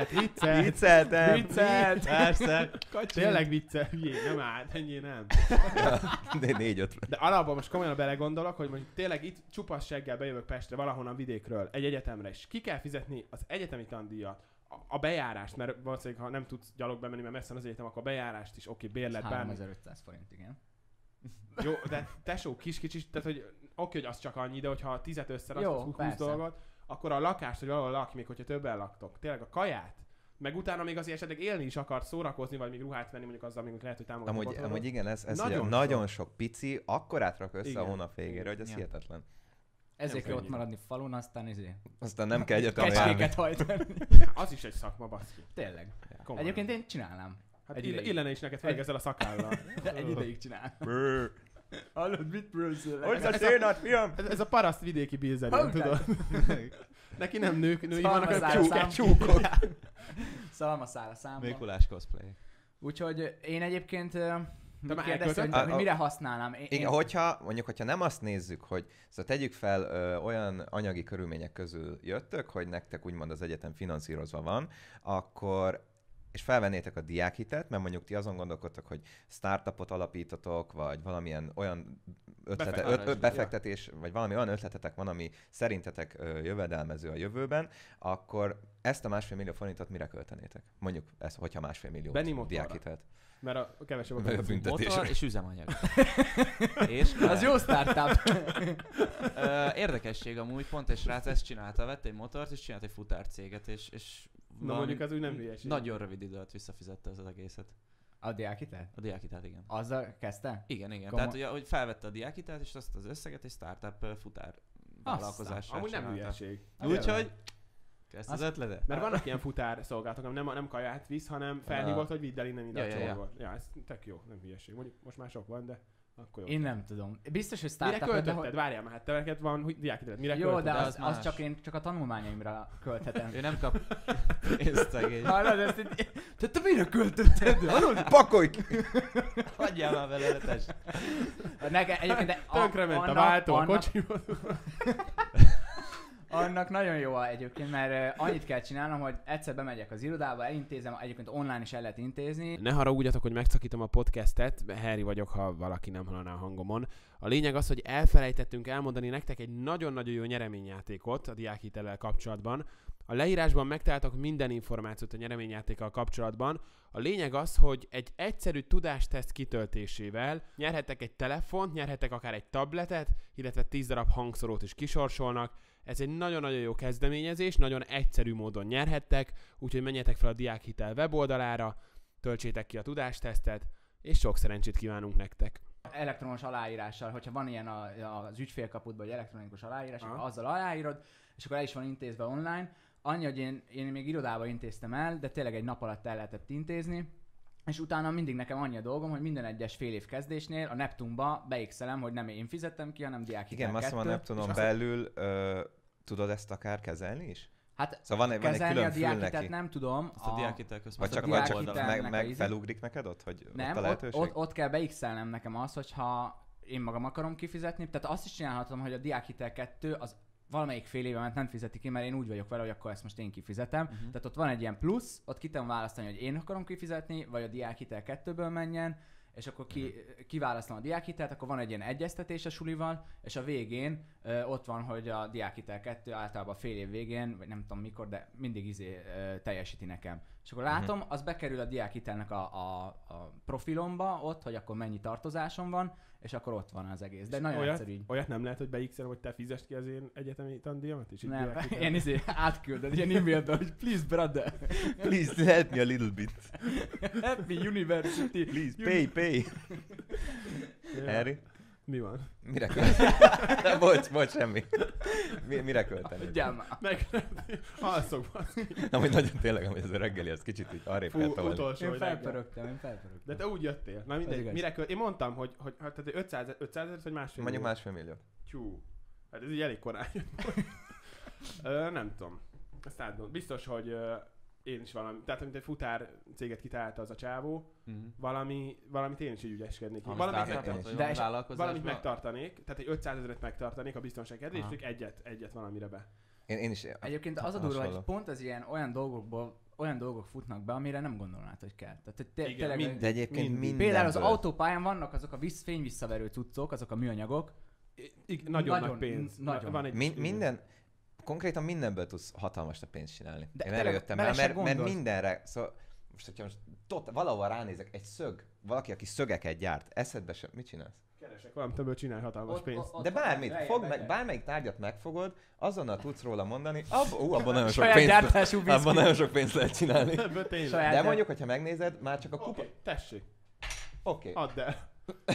Viccelt. Persze. Tényleg viccel, hülyé, nem áll, ennyi nem. 4-5. De alapban most komolyan belegondolok, hogy mondjuk tényleg itt csupasz seggel bejövök Pestre, valahonnan vidékről, egy egyetemre, és ki kell fizetni az egyetemi tandíjat, a bejárást, mert valószínűleg ha nem tudsz gyalog bemenni, mert messze az egyetem, akkor a bejárást is, bérlet, bármi. 3500 forint, igen. Jó, de tesó, kis, tehát hogy hogy az csak annyi, de hogyha 10-et összerasztasz 20 dolgot, akkor a lakást, hogy valahol lakj, még hogyha többen laktok. Tényleg a kaját, meg utána még azért esetleg élni is akart, szórakozni, vagy még ruhát venni, mondjuk azzal még lehet, hogy támogatni. Amúgy igen, ez nagyon sok pici, akkor átrak össze a hónap végére, hogy ez hihetetlen. Ezért kell ott maradni falun, aztán nem kell egyetemre járni. Kecskéket hajtani. Az is egy szakma, baszki. Tényleg. Komolyan. Egyébként én csinálnám. Hát illene is neked főleg ezzel a szakállal. De egy ideig csinálnám. Hallod, mit brőzöl? Hogy a szénat, fiam? Ez a paraszt vidéki bízerén, tudod? Neki nem női vannak, a csúkok. Szalmaszál a számba. Mikulás cosplay. Úgyhogy én egyébként kérdeztem, hogy mire használnám. Igen, hogyha nem azt nézzük, hogy szóval tegyük fel olyan anyagi körülmények közül jöttök, hogy nektek úgymond az egyetem finanszírozva van, akkor és felvennétek a diákhitelt, mert mondjuk ti azon gondolkodtok, hogy startupot alapítotok, vagy valamilyen olyan befektetés, vagy valami olyan ötletetek van, ami szerintetek jövedelmező a jövőben, akkor ezt a $1,5 millió forintot mire költenétek? Mondjuk ezt, hogyha $1,5 millió diákhitelt. Mert a kevesebb a büntetés. Motor és üzemanyag. Az jó startup. Érdekesség amúgy, pont egy srác ezt csinálta, vett egy motort és csinált egy futárcéget, és na mondjuk az úgy nem hülyeség. Nagyon rövid idő alatt visszafizette az egészet. A diákhitelt? A diákhitelt, igen. Azzal kezdte? Igen. Tehát, hogy felvette a diákhitelt, és azt az összeget egy startup futár vállalkozással amúgy nem hülyeség. Úgyhogy kezd az ötletet. Mert vannak ilyen futár szolgáltatók, nem kaját visz, hanem felhívott, hogy vidd el innen ide a csomóval. Ja, ez tök jó, nem hülyeség. Mondjuk most már sok van, de akkor jó. Én nem tudom. Biztos, hogy startup. Mire költötted? Várjál már, hát te neked van diákhiteled. Mire jó, költötted? de az csak én csak a tanulmányaimra költhetem. Ő nem kap pénzt szegény. Hallod, ezt így... Te mire költötted? Hallod, pakolj ki! Hagyjál már vele, test. Egyébként de tönkrement a váltó a kocsiból. Annak nagyon jó egyébként, mert annyit kell csinálnom, hogy egyszer bemegyek az irodába, elintézem, egyébként online is el lehet intézni. Ne haragudjatok, hogy megszakítom a podcastet, Harry vagyok, ha valaki nem hallaná a hangomon. A lényeg az, hogy elfelejtettünk elmondani nektek egy nagyon-nagyon jó nyereményjátékot a diákhitellel kapcsolatban. A leírásban megtaláltok minden információt a nyereményjátékkal kapcsolatban. A lényeg az, hogy egy egyszerű tudásteszt kitöltésével nyerhetek egy telefont, nyerhetek akár egy tabletet, illetve 10 darab hangszórót is kisorsolnak. Ez egy nagyon-nagyon jó kezdeményezés, nagyon egyszerű módon nyerhettek, úgyhogy menjetek fel a Diákhitel weboldalára, töltsétek ki a tudástesztet, és sok szerencsét kívánunk nektek. Elektronos aláírással, hogyha van ilyen az ügyfélkaputban, vagy elektronikus aláírás, akkor azzal aláírod, és akkor el is van intézve online. Annyi, hogy én még irodába intéztem el, de tényleg egy nap alatt el lehetett intézni, és utána mindig nekem annyi a dolgom, hogy minden egyes fél év kezdésnél a Neptunba beixelem, hogy nem én fizettem ki, hanem Diákhitel 2. Igen, azt mondom, a Neptunon belül tudod ezt akár kezelni is? Hát szóval van egy külön fül neki. Nem tudom. Azt a Diákhitel vagy csak meg felugrik neked ott, hogy nem, ott a lehetőség? Ott kell beixelnem nekem az, hogyha én magam akarom kifizetni. Tehát azt is csinálhatom, hogy a Diákhitel 2 az valamelyik fél évemet nem fizeti ki, mert én úgy vagyok vele, hogy akkor ezt most én kifizetem. Tehát ott van egy ilyen plusz, ott ki tudom választani, hogy én akarom kifizetni, vagy a Diákhitel 2-ből menjen, és akkor kiválasztom a diákhitelt, akkor van egy ilyen egyeztetés a sulival, és a végén ott van, hogy a diákhitel 2 általában fél év végén, vagy nem tudom mikor, de mindig teljesíti nekem. És akkor látom, az bekerül a diákhitelnek a profilomba ott, hogy akkor mennyi tartozásom van, és akkor ott van az egész. De nagyon egyszerű így. Olyat nem lehet, hogy beixelem, hogy te fizest ki az én egyetemi tandíjamat is? Nem, én átküldöd ilyen e-mailbe, hogy please brother. Please help me a little bit. Help me university. Please pay. Harry? Mi van? Mire költeni? Bocs, semmi. Mire költeni? Adjál már. Alszok, baszki. Amúgy nagyon tényleg, amúgy ez a reggeli, az kicsit így arrébb kell tolni. Utolsó, Én hogy felpörögtem. De te úgy jöttél. Na mindegy, mire Én mondtam, hogy tehát 500 000 vagy másfél Mondjuk millió. 1,5 millió. Tyú. Hát ez így elég korán jött. Nem tudom. Ezt átgondolom. Biztos, hogy én is valami, tehát mint egy futár céget kitalálta az a csávó, valamit én is így ügyeskednék. Valamit megtartanék, tehát egy 500 000-et megtartanék a biztonság kedvéért, és egyet valamire be. Én is. Egyébként az a durva, hogy pont az ilyen olyan dolgok futnak be, amire nem gondolnád, hogy kell. Tehát, hogy tényleg, de egyébként mindenből. Például az autópályán vannak azok a fényvisszaverő cuccok, azok a műanyagok. Nagyon nagy pénz. Nagyon. Konkrétan mindenből tudsz hatalmas pénzt csinálni. De én erre jöttem rá, mert mindenre, szóval most, hogyha valahol ránézek, egy szög, valaki, aki szögeket gyárt, eszedbe sem, mit csinálsz? Keresek valamit, amiből csinálj hatalmas pénzt. De bármit, bármelyik tárgyat megfogod, azonnal tudsz róla mondani, abban nagyon sok pénzt lehet csinálni. De mondjuk, hogyha megnézed, már csak a kupa... Tessék. Oké. Add el.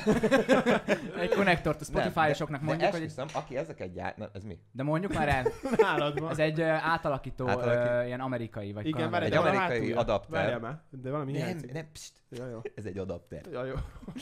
Egy konnektort a Spotify-osoknak mondjuk, hogy... aki ezeket gyárt... Ez mi? De mondjuk már el. Ez egy átalakító, ilyen amerikai vagy igen, egy amerikai adapter. Várjál már, de valami hiányzik. Nem, ez egy adapter. Jó.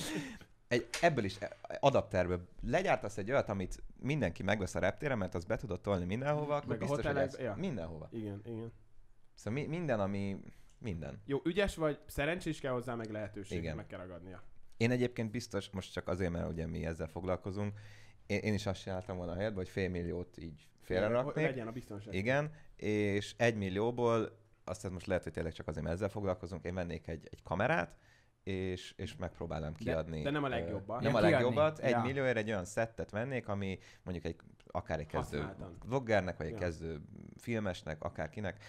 Ebből is adapterből legyártasz egy olyat, amit mindenki megvesz a reptéren, mert az be tudod tolni mindenhova, akkor meg biztos, hogy ez mindenhova. Igen. Szóval minden, ami... Minden. Jó, ügyes vagy, szerencsés kell hozzá, meg lehetőség, igen. Meg kell ragadnia. Én egyébként biztos, most csak azért, mert ugye mi ezzel foglalkozunk, én is azt csináltam volna a helyetben, hogy 500 000 így félreraknék. Legyen a biztonság. Igen, és 1 millióból, azt most lehet, hogy tényleg csak azért, mert ezzel foglalkozunk, én vennék egy kamerát, és megpróbálom kiadni. De nem a legjobbat. Nem a legjobbat. 1 millióért egy olyan szettet vennék, ami mondjuk akár egy kezdő vloggernek, vagy egy kezdő filmesnek, akárkinek,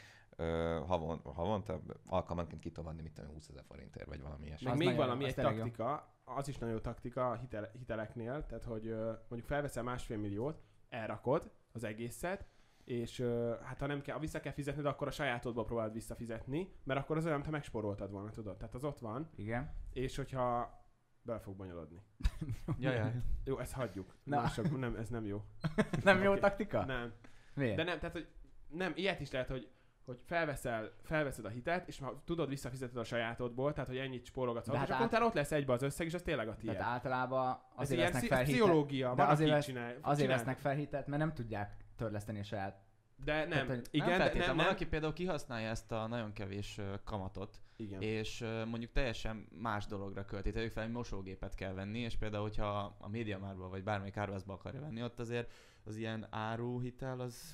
havonta alkalmanként ki tudom adni, mit tudom, 20 000 forintért, vagy valami ilyesmi. Még valami, egy taktika, az is nagyon jó taktika a hiteleknél, tehát hogy mondjuk felveszel 1,5 milliót, elrakod az egészet, és hát ha nem kell, vissza kell fizetned, akkor a sajátodból próbálod visszafizetni, mert akkor az olyan, mintha megspóroltad volna, tudod? Tehát az ott van. Igen. És hogyha bele fog bonyolodni. Jajjaj. Jó, ezt hagyjuk. Nem, ez nem jó. Nem jó taktika? Nem. Miért? De nem, tehát hogy nem, ilyet is lehet, hogy felveszed a hitelt, és már tudod visszafizeted a sajátodból, tehát hogy ennyit spórogatsz, és akkor utána ott lesz egybe az összeg, és az tényleg a tiéd. Tehát általában azért vesznek fel hitelt. Pszichológia, de azért vesznek fel hitelt, mert nem tudják törleszteni a saját. De nem. Tehát, igen, nem. Valaki például kihasználja ezt a nagyon kevés kamatot, igen. És mondjuk teljesen más dologra költi. Tegyük fel, hogy mosógépet kell venni, és például, hogyha a MediaMarktba vagy bármelyik áruházba akarja venni, ott azért az ilyen áruhitel az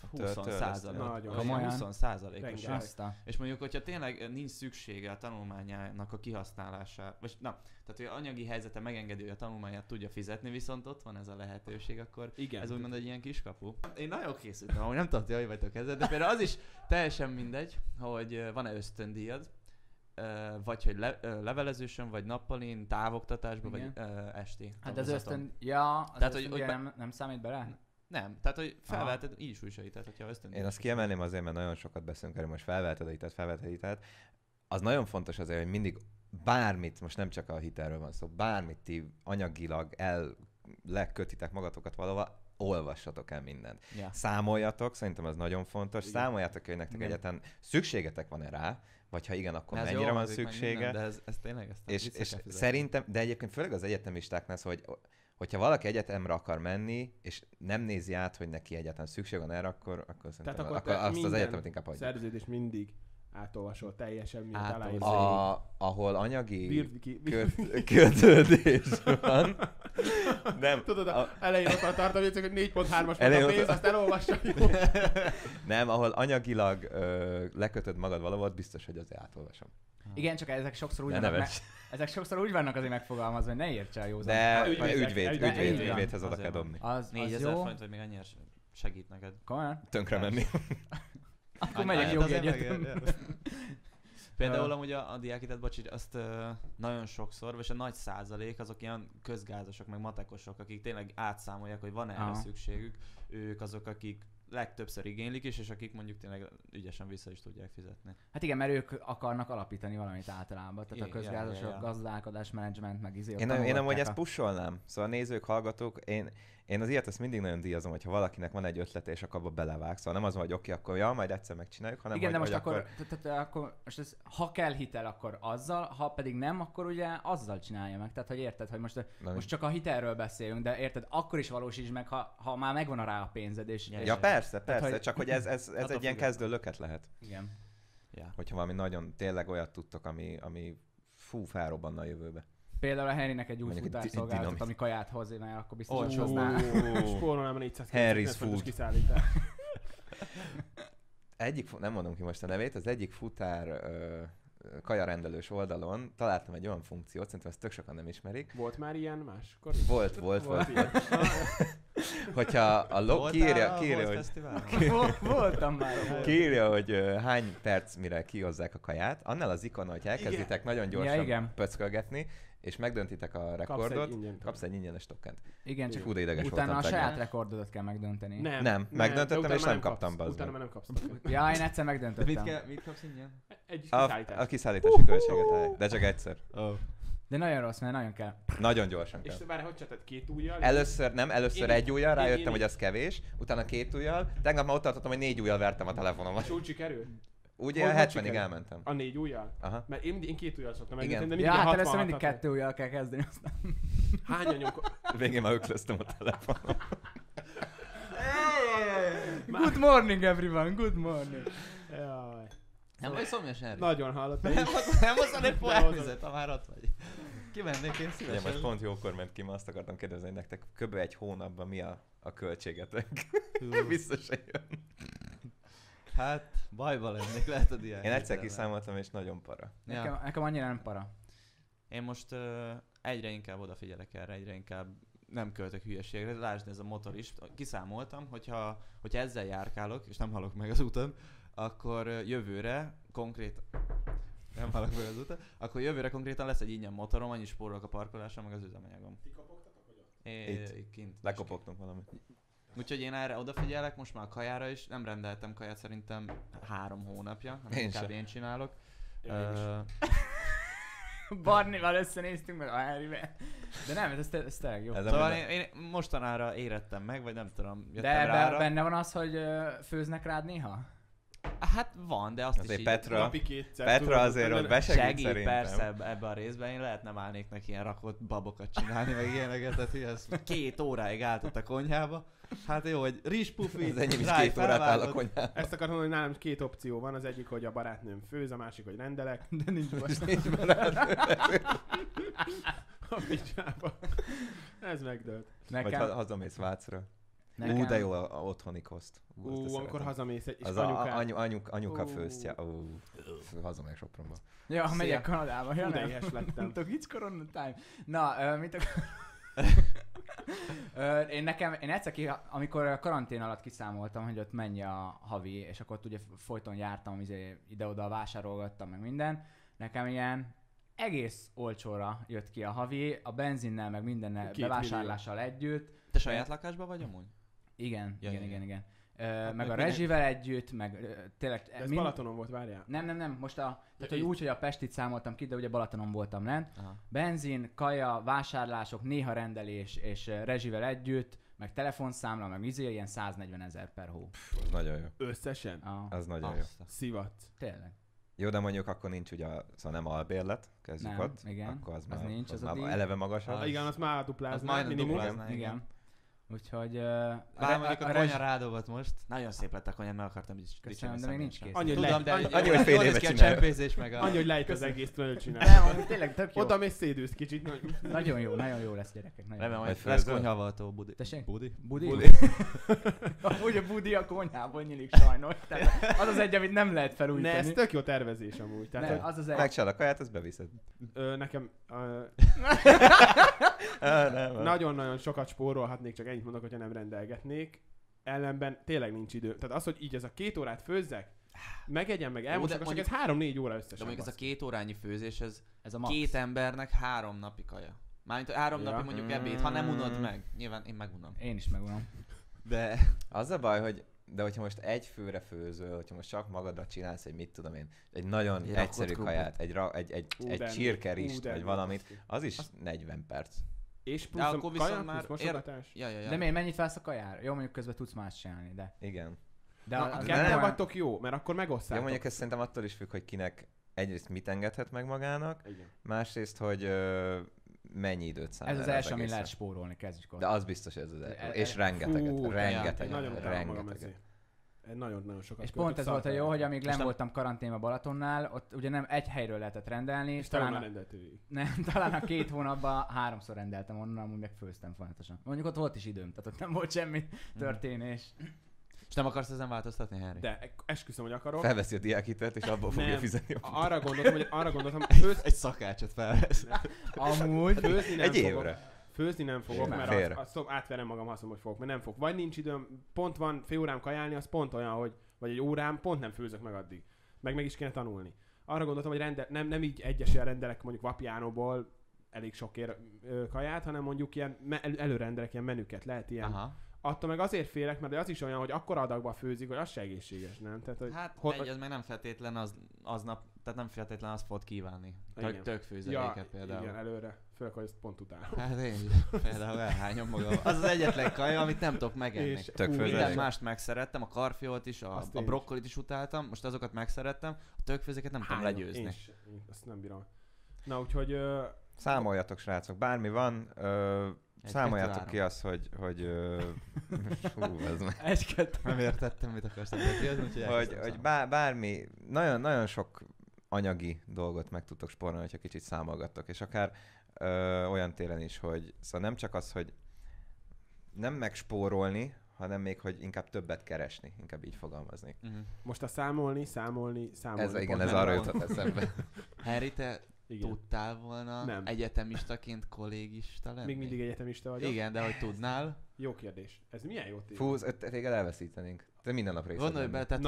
20%. És mondjuk, hogyha tényleg nincs szüksége a tanulmányának a kihasználására, vagy tehát hogy anyagi helyzete megengedi, hogy a tanulmányát tudja fizetni, viszont ott van ez a lehetőség, akkor igen, ez úgymond egy ilyen kiskapu. Én nagyon készültem, ahogy nem tudom, hogy vagytok ezzel, de például az is teljesen mindegy, hogy van-e ösztöndíjad, vagy hogy levelezősen, vagy nappalin, távoktatásban, vagy esti. Hát az ösztöndíj nem számít bele? Nem, tehát hogy felveheted így is újsai, tehát hogyha ösztöndíj. Én azt kiemelném azért, mert nagyon sokat beszélünk erről, most felveheted a hitelt. Az nagyon fontos azért, hogy mindig bármit, most nem csak a hitelről van szó, bármit ti anyagilag lekötitek magatokat valahova, olvassatok el mindent. Ja. Számoljatok, szerintem az nagyon fontos. Igen. Számoljátok, hogy nektek egyáltalán szükségetek van-e rá, vagy ha igen, akkor mennyire van szüksége. Minden, de ez tényleg és szerintem, de egyébként főleg az egyetemistáknál, hogyha valaki egyetemre akar menni, és nem nézi át, hogy neki egyáltalán szükség van erre, akkor szerintem akkor azt az egyetemet inkább hagyja. Szerződés mindig átolvasol teljesen, ahol anyagi kötődés van, Nem. Tudod, elején ott a tartalmjegyzők, hogy 4.3-as volt Elején a ott pénz, azt elolvassa. Nem, ahol anyagilag lekötöd magad valahol, biztos, hogy azért átolvasom. Igen, csak ezek sokszor úgy Ne vannak, neves. ezek sokszor úgy vannak azért megfogalmazva, hogy ne értse a józan. De Ügyvédek, ügyvédhez oda kell dobni. Az 4000 jó. forint, vagy még annyira segít neked. Komolyan? Tönkre menni. Akkor megyek jogi egyetem. Például amúgy a diákhitet, bocsi, azt nagyon sokszor, és a nagy százalék azok ilyen közgázosok, meg matekosok, akik tényleg átszámolják, hogy van erre szükségük. Ők azok, akik legtöbbször igénylik is, és akik mondjuk tényleg ügyesen vissza is tudják fizetni. Hát igen, mert ők akarnak alapítani valamit általában. Tehát a közgázosok, gazdálkodás, menedzsment, meg Én amúgy ezt pusolnám. Szóval nézők, hallgatók, én az ilyet ezt mindig nagyon díjazom, hogyha valakinek van egy ötlete, és akkor abba belevág. Szóval nem az, hogy oké, akkor majd egyszer megcsináljuk, hanem igen, de hogy, most hogy akkor most ez, ha kell hitel, akkor azzal, ha pedig nem, akkor ugye azzal csinálja meg. Tehát, hogy érted, hogy most csak a hitelről beszélünk, de érted, akkor is valósítsd meg, ha már megvan rá a pénzed. És persze, tehát, hogy... csak hogy ez egy ilyen kezdő löket lehet. Igen. Ja. Hogyha valami nagyon tényleg olyat tudtok, ami felrobbanna a jövőbe. Például a Henrynek egy új futárszolgálatot, ami kaját hozzá, akkor biztos, hogy hoznál. Spórolnám a 400 Harry's Food. kiszállítás. Nem mondom ki most a nevét, az egyik futár kajarendelős oldalon találtam egy olyan funkciót, szerintem ezt tök sokan nem ismerik. Volt már ilyen máskor? Volt. Hogyha a log kiírja, hogy hány perc mire kihozzák a kaját, annál az ikon, hogy elkezditek nagyon gyorsan pöckölgetni, és megdöntitek a rekordot, kapsz egy ingyenes tokent. Igen, csak ideges utána a saját rekordodat kell megdönteni. Nem, megdöntöttem, és nem kaptam be. Utána már nem kapsz. Ja, én egyszer megdöntöttem. Mit kapsz ingyen? Egy kiszállítás. A kiszállítási költséget, de csak egyszer. De nagyon rossz, mert nagyon kell. Nagyon gyorsan kell. És várj, hogy csináltad, 2 ujjal? Először egy ujjal, rájöttem, hogy az kevés, utána 2 ujjal, tegnap már ott tartottam, hogy 4 ujjal vertem a telefonomat. És úgy sikerül? Ugye 70-ig elmentem. A 4 ujjal? Aha. Mert én 2 ujjal szoktam megdönteni, de mindig hát először mindig 2 ujjal kell kezdeni, aztán... Hányan nyomkod? Végén már öklöztem a telefonom. Good morning everyone, good morning. Jaj. Nem vagy szomjas, Henry? Nagyon hallottam. Nem hozod egy pohárvizet, ha már ott vagy. Kimennék én szívesen. Most pont jókor ment ki, ma azt akartam kérdezni, hogy nektek kb. Egy hónapban mi a költségetek. Biztos, hogy jön. Hát, bajba lennék, lehet a diák. Én egyszer kiszámoltam, és nagyon para. Nekem annyira nem para. Én most egyre inkább odafigyelek erre, egyre inkább nem költök hülyeségre. Lásd, ez a motor is. Kiszámoltam, hogyha ezzel járkálok, és nem halok meg az úton, akkor jövőre akkor jövőre konkrétan lesz egy ingyen motorom, annyi spórolok a parkoláson, meg az üzemanyagom. Ti kopogtatok, vagy ott? Itt kint. lekopogtunk valamit. Úgyhogy én erre odafigyelek, most már a kajára is. Nem rendeltem kaját szerintem 3 hónapja, hanem inkább én csinálok. Barnival összenéztünk meg a Harryvel. De nem, ez tényleg jó. Szóval én mostanára érettem meg, vagy nem tudom, jöttem rá. Benne van az, hogy főznek rád néha? Hát van, de azt azért is Petra azért ott besegít szerintem. Persze ebben a részben, én lehet nem állnék neki ilyen rakott babokat csinálni, meg ilyeneket, tehát ez 2 óráig állt ott a konyhába. Hát jó, hogy rizspufi, az enyém is 2 órát áll a konyhába. Ezt akartam mondani, hogy nálam 2 opció van, az egyik, hogy a barátnőm főz, a másik, hogy rendelek. De nincs barátnőm. A picsába. Ez megdőlt. Vagy hazamész Vácra. De jó a otthoni koszt. Amikor hazamész egy az anyuka főztje. Hazamegyek Sopronba. Ja, ha megyek Kanadába. Ja, de éhes lettem. It's corona time. Na, mit én egyszer amikor a karantén alatt kiszámoltam, hogy ott mennyi a havi, és akkor ugye folyton jártam, ide-oda vásárolgattam, meg minden. Nekem ilyen egész olcsóra jött ki a havi, a benzinnel, meg mindennel, bevásárlással együtt. Te saját lakásban vagy amúgy? Igen. Meg a rezsivel együtt, meg tényleg... Ez Balatonon volt, várjál? Nem, most tehát hogy úgy, hogy a Pestit számoltam ki, de ugye Balatonon voltam lent. Benzin, kaja, vásárlások, néha rendelés és rezsivel együtt, meg telefonszámla, meg ilyen 140 000 per hó. Az nagyon jó. Összesen? Az nagyon jó. Szivatsz. Tényleg. Jó, de mondjuk akkor nincs ugye, szóval nem albérlet, kezdjük nem, ott. Igen, akkor az nincs, az eleve magasabb. Igen, az már duplázná, minimum. Igen. Úgyhogy... Bár mondjuk a konyha rádobott most. Nagyon szép lett a konyha, meg akartam is. Köszönöm, de még nincs kész. Tudom, de annyi, hogy fél évet ki a csinálja. csempészés meg a... Annyi, hogy lejt az egész csinálni. Nem, amúgy tényleg tök jó. Oda mész szédülsz kicsit. Nagyon jó lesz gyerekek. Nagyon Remélem, jó. hogy lesz konyhavaltó budi. Tessék? Budi? Budi? Amúgy a budi a konyhában nyílik sajnos. Tehát az az egy, amit nem lehet felújítani. Ne, ez tök jó tervezés amúgy. Tehát, Nem, az az egy... Megcsinálod a kaját, azt beviszed. Nekem Nem. nagyon-nagyon sokat spórolhatnék, csak ennyit mondok, hogyha nem rendelgetnék. Ellenben tényleg nincs idő. Tehát az, hogy így ez a 2 órát főzzek, megegyen, meg elmosak, csak ez 3-4 óra összesen. De mondjuk ez a 2 órányi főzés, ez a max. 2 embernek 3 napi kaja. Mármint 3 napi mondjuk ebéd, ha nem unod meg. Nyilván én megunom. Én is megunom. De... Az a baj, hogy de hogyha most egy főre főzöl, hogyha most csak magadra csinálsz egy mit tudom én, egy nagyon egyszerű kaját, egy csirkerist, vagy valamit, az is 40 perc. És plusz akkor viszont már mosogatás. Ja. De miért mennyit válsz a kajára? Jó, mondjuk közben tudsz más csinálni, de... Igen. De Na, ketten vagytok jó, mert akkor megosztátok. Ja, mondjuk ez szerintem attól is függ, hogy kinek egyrészt mit engedhet meg magának, igen. Másrészt, hogy mennyi időt szán. Ez az első, ami lehet spórolni, kezdjük onnan. De az biztos, ez az első. És rengeteget. Nagyon sokat. És pont ez volt a jó, hogy amíg nem voltam karanténban Balatonnál, ott ugye nem egy helyről lehetett rendelni. És talán talán a 2 hónapban 3-szor rendeltem onnan, amúgy meg főztem folyamatosan. Mondjuk ott volt is időm, tehát ott nem volt semmi történés. És nem akarsz ezen változtatni, Henry? De esküszöm, hogy akarok. Felveszi a diákhitelt, és abból fogja fizetni. Arra gondoltam, egy szakácsot felvesz. Amúgy főzni nem egy évre. Főzni nem fogok, mert azt átverem magam, azt mondom, hogy fogok, mert nem fogok. Vagy nincs időm, pont van fél órám kajálni, az pont olyan, hogy vagy egy órám, pont nem főzök meg addig. Meg is kéne tanulni. Arra gondoltam, hogy nem így egyesen rendelek mondjuk Vapianoból elég sokért kaját, hanem mondjuk ilyen előrendelek ilyen menüket, lehet ilyen. Aha. Attól meg azért félek, mert az is olyan, hogy akkora adagba főzik, hogy az se egészséges, nem? Tehát, hogy hát ez meg nem feltétlen aznap, tehát nem feltétlen azt fogod kívánni. Tök főzeléket például. Igen, előre. Főleg, hogy ezt pont utálom. Hát én például elhányom magam. Az az egyetlen kaja, amit nem tudok megenni. Minden mást megszerettem, a karfiolt is, a brokkolit is utáltam, most azokat megszerettem, a tökfőzéket nem tudom legyőzni. Én azt nem bírom. Na úgyhogy... Számoljatok, srácok, bármi van, számoljátok ki azt, hogy hú, ez meg. Nem értettem, mit akarsz hogy bármi, nagyon sok anyagi dolgot meg tudtok spórolni, hogyha kicsit számolgattok, és akár olyan téren is, hogy szóval nem csak az, hogy nem megspórolni, hanem még, hogy inkább többet keresni, inkább így fogalmaznék. Most a számolni. Ez arra jutott eszembe. Harry, te tudtál volna egyetemistaként kollégista lenni? Még mindig egyetemista vagyok. Igen, de hogy tudnál? Jó kérdés. Ez milyen jó téma? Fú, végül elveszítenénk. Te minden nap részt gondolj be, tehát...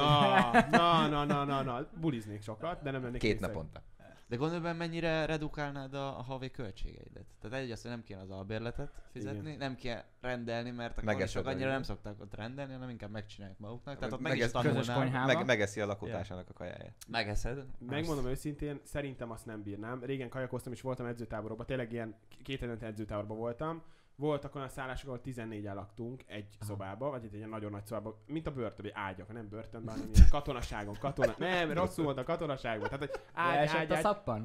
Na. Buliznék sokat, de nem lennék 2 naponta. De gondolj be, mennyire redukálnád a havi költségeidet. Tehát egy az, hogy nem kéne az albérletet fizetni, nem kéne rendelni, mert a kolisok annyira nem szokták ott rendelni, hanem inkább megcsinálják maguknak. Tehát ott meg is tanulnál. Megeszi a lakótársának a kajáját. Megeszed. Megmondom őszintén, szerintem azt nem bírnám. Régen kajakoztam és voltam edzőtáborokban, tényleg ilyen 2 edzőtáborban voltam. Voltak olyan szállások, ahol 14-en laktunk egy szobába, vagy egy ilyen nagyon nagy szobába, mint a börtön, vagy ágyak, nem börtönben, hanem ilyen katonaságon, nem, rosszul volt a katonaságban. Tehát, hogy ágy, a szappan?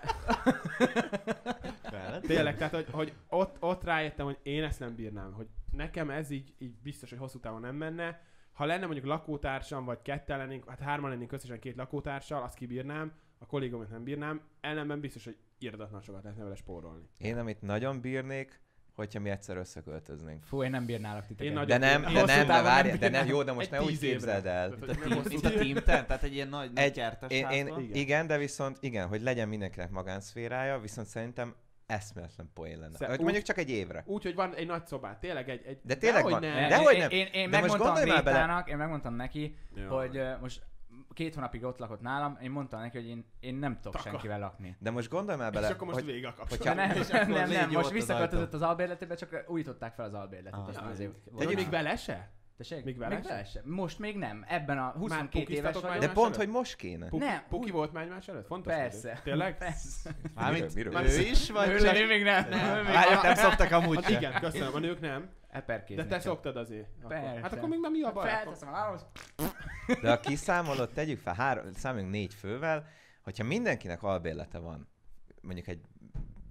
Tényleg, tehát, hogy ott rájöttem, hogy én ezt nem bírnám, hogy nekem ez így biztos, hogy hosszú távon nem menne. Ha lenne mondjuk lakótársam, vagy 2 lennénk, hát 3 lennénk összesen 2 lakótársal, azt kibírnám, a kollégómat nem bírnám, ellenben biztos, hogy irdatlan sokat lehetne vele spórolni. Én amit nagyon bírnék, hogyha mi egyszer összeköltöznénk. Fú, én nem bírnálak titeket. De nem, jó, de most ne úgy képzeld el. Mint a Team 10, tehát egy ilyen nagy gyártás házban. Igen, de viszont igen, hogy legyen mindenkinek magánszférája, viszont szerintem eszméletlen poén lenne. Hogy mondjuk csak egy évre. Úgy, hogy van egy nagy szobát, tényleg egy... De tényleg van. Dehogy nem. Én megmondtam neki, hogy most 2 hónapig ott lakott nálam, én mondtam neki, hogy én nem tudok senkivel lakni. De most gondolj már bele, és akkor most végig a Nem, most visszaköltözött az albérletébe, csak újították fel az albérletet. De még vele se? Tessék? Még vele se? Most még nem. Ebben a 22 éves vagyok. De pont, hogy most kéne. Puki volt már egymás előtt? Fontos persze. Kérdés. Tényleg? Persze. Ő is? Vagy ő még nem. Várjak, nem szoktak amúgy sem. Igen, köszönöm, a nők nem. Eperkézni. De te szoktad azért. Persze. Hát akkor még nem mi a baj? Felteszem a lábam. De ha kiszámolod, tegyük fel, számoljunk 4 fővel, hogyha mindenkinek albérlete van, mondjuk egy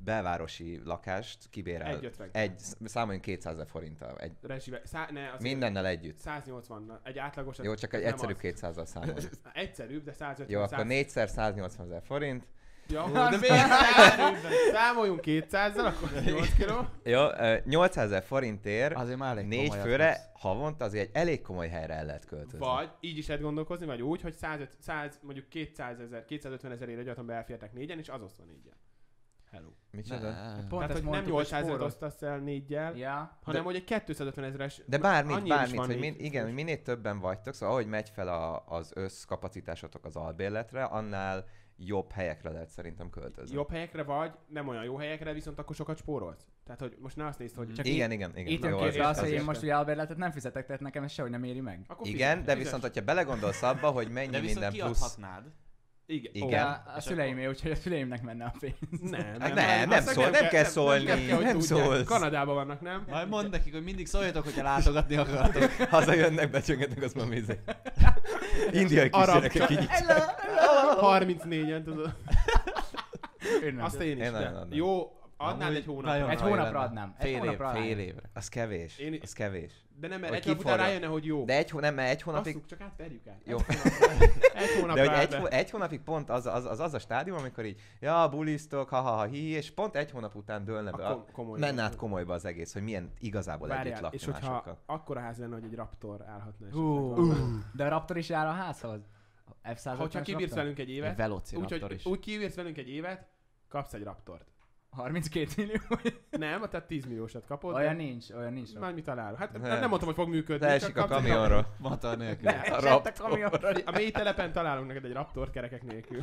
belvárosi lakást kibérel. 1,50. Számoljunk 200 000 forinttal. Rezsibe. Mindennel együtt. 180. Egy átlagos. Jó, csak egy egyszerűbb 200-al számolunk. Egyszerűbb, de 150. Jó, akkor 4-szer 180 000 forint. Ja, de még egyszerűbb. Számoljunk 200-zal, akkor 8 kiló. Jó, 800 000 forintért Azért már elég 4 komolyat főre vesz. havonta azért egy elég komoly helyre el lehet költözni. Vagy így is lehet gondolkozni, vagy úgy, hogy 100, mondjuk 250 000 ére gyakorlatilag elfértek 4-en, és az osztva 4-jel. Hello. Micsoda? Pont Tehát, ezt hogy nem mondtuk, 800 hogy 000 spórolj. osztasz el 4-jel, Ja. hanem hogy egy 250 000-es. De bármit, annyi is van hogy négy. igen, hogy minél többen vagytok, szóval ahogy megy fel az összkapacitásotok az albérletre, annál jobb helyekre lehet szerintem költözni. Jobb helyekre vagy, nem olyan jó helyekre, viszont akkor sokat spórolsz. Tehát, hogy most ne azt nézd, hogy Csak Igen. Itt Jó, jön az képbe az, hogy én értem. most ugye albérletet nem fizetek, tehát nekem ez sehogy nem éri meg. akkor Igen, de fizes. viszont, hogyha belegondolsz abba, hogy mennyi De viszont minden plusz... kiadhatnád. Igen. Igen. A szüleimé, úgyhogy a szüleimnek menne a pénz. Nem, Nem szól, nem kell szólni, hogy nem tudják. szólsz. Kanadában vannak, nem? Majd mondd nekik, hogy mindig szóljatok, hogyha látogatni akartok. Hazajönnek, becsöngetnek, azt mondom, izé. Indiai Arab kisgyerekek így. 34-en tudod. Azt én is. Én nagyon de. adnám. Jó, adnád Amúgy egy hónapra. nagyon Egy nagy hónapra lenne. adnám. Egy hónapra Fél adnám. évre. Az kevés, Én- az kevés. De nem, mert Hogy egy hónap után kiforra. rájönne, hogy jó. De mert egy hónapig... Basszuk, csak átverjük át. Jó. Egy hónapra De hogy át. egy hónapig pont az a stádium, amikor így, ja, bulisztok, ha, hi, és pont egy hónap után dőlne be. Komoly. Menne át komolyba az egész, hogy milyen igazából együtt Várjál, lakni és hogyha másokkal. akkora ház lenne, hogy egy Raptor állhatna esetleg. De a Raptor is jár a házhoz? F-150-es Hogyha kibírsz Raptor? velünk egy Egy évet, Velociraptor is. úgy kibírsz velünk egy évet, kapsz egy Raptort. 32 millió? Nem, tehát 10 milliósat kapod. Olyan nincs. Majd mi találunk. Hát Ne. nem mondtam, hogy fog működni. Leesik csak a kapsz egy kamionról. Motor nélkül. Ne, esett a kamionról. A mély telepen találunk neked egy Raptor kerekek nélkül.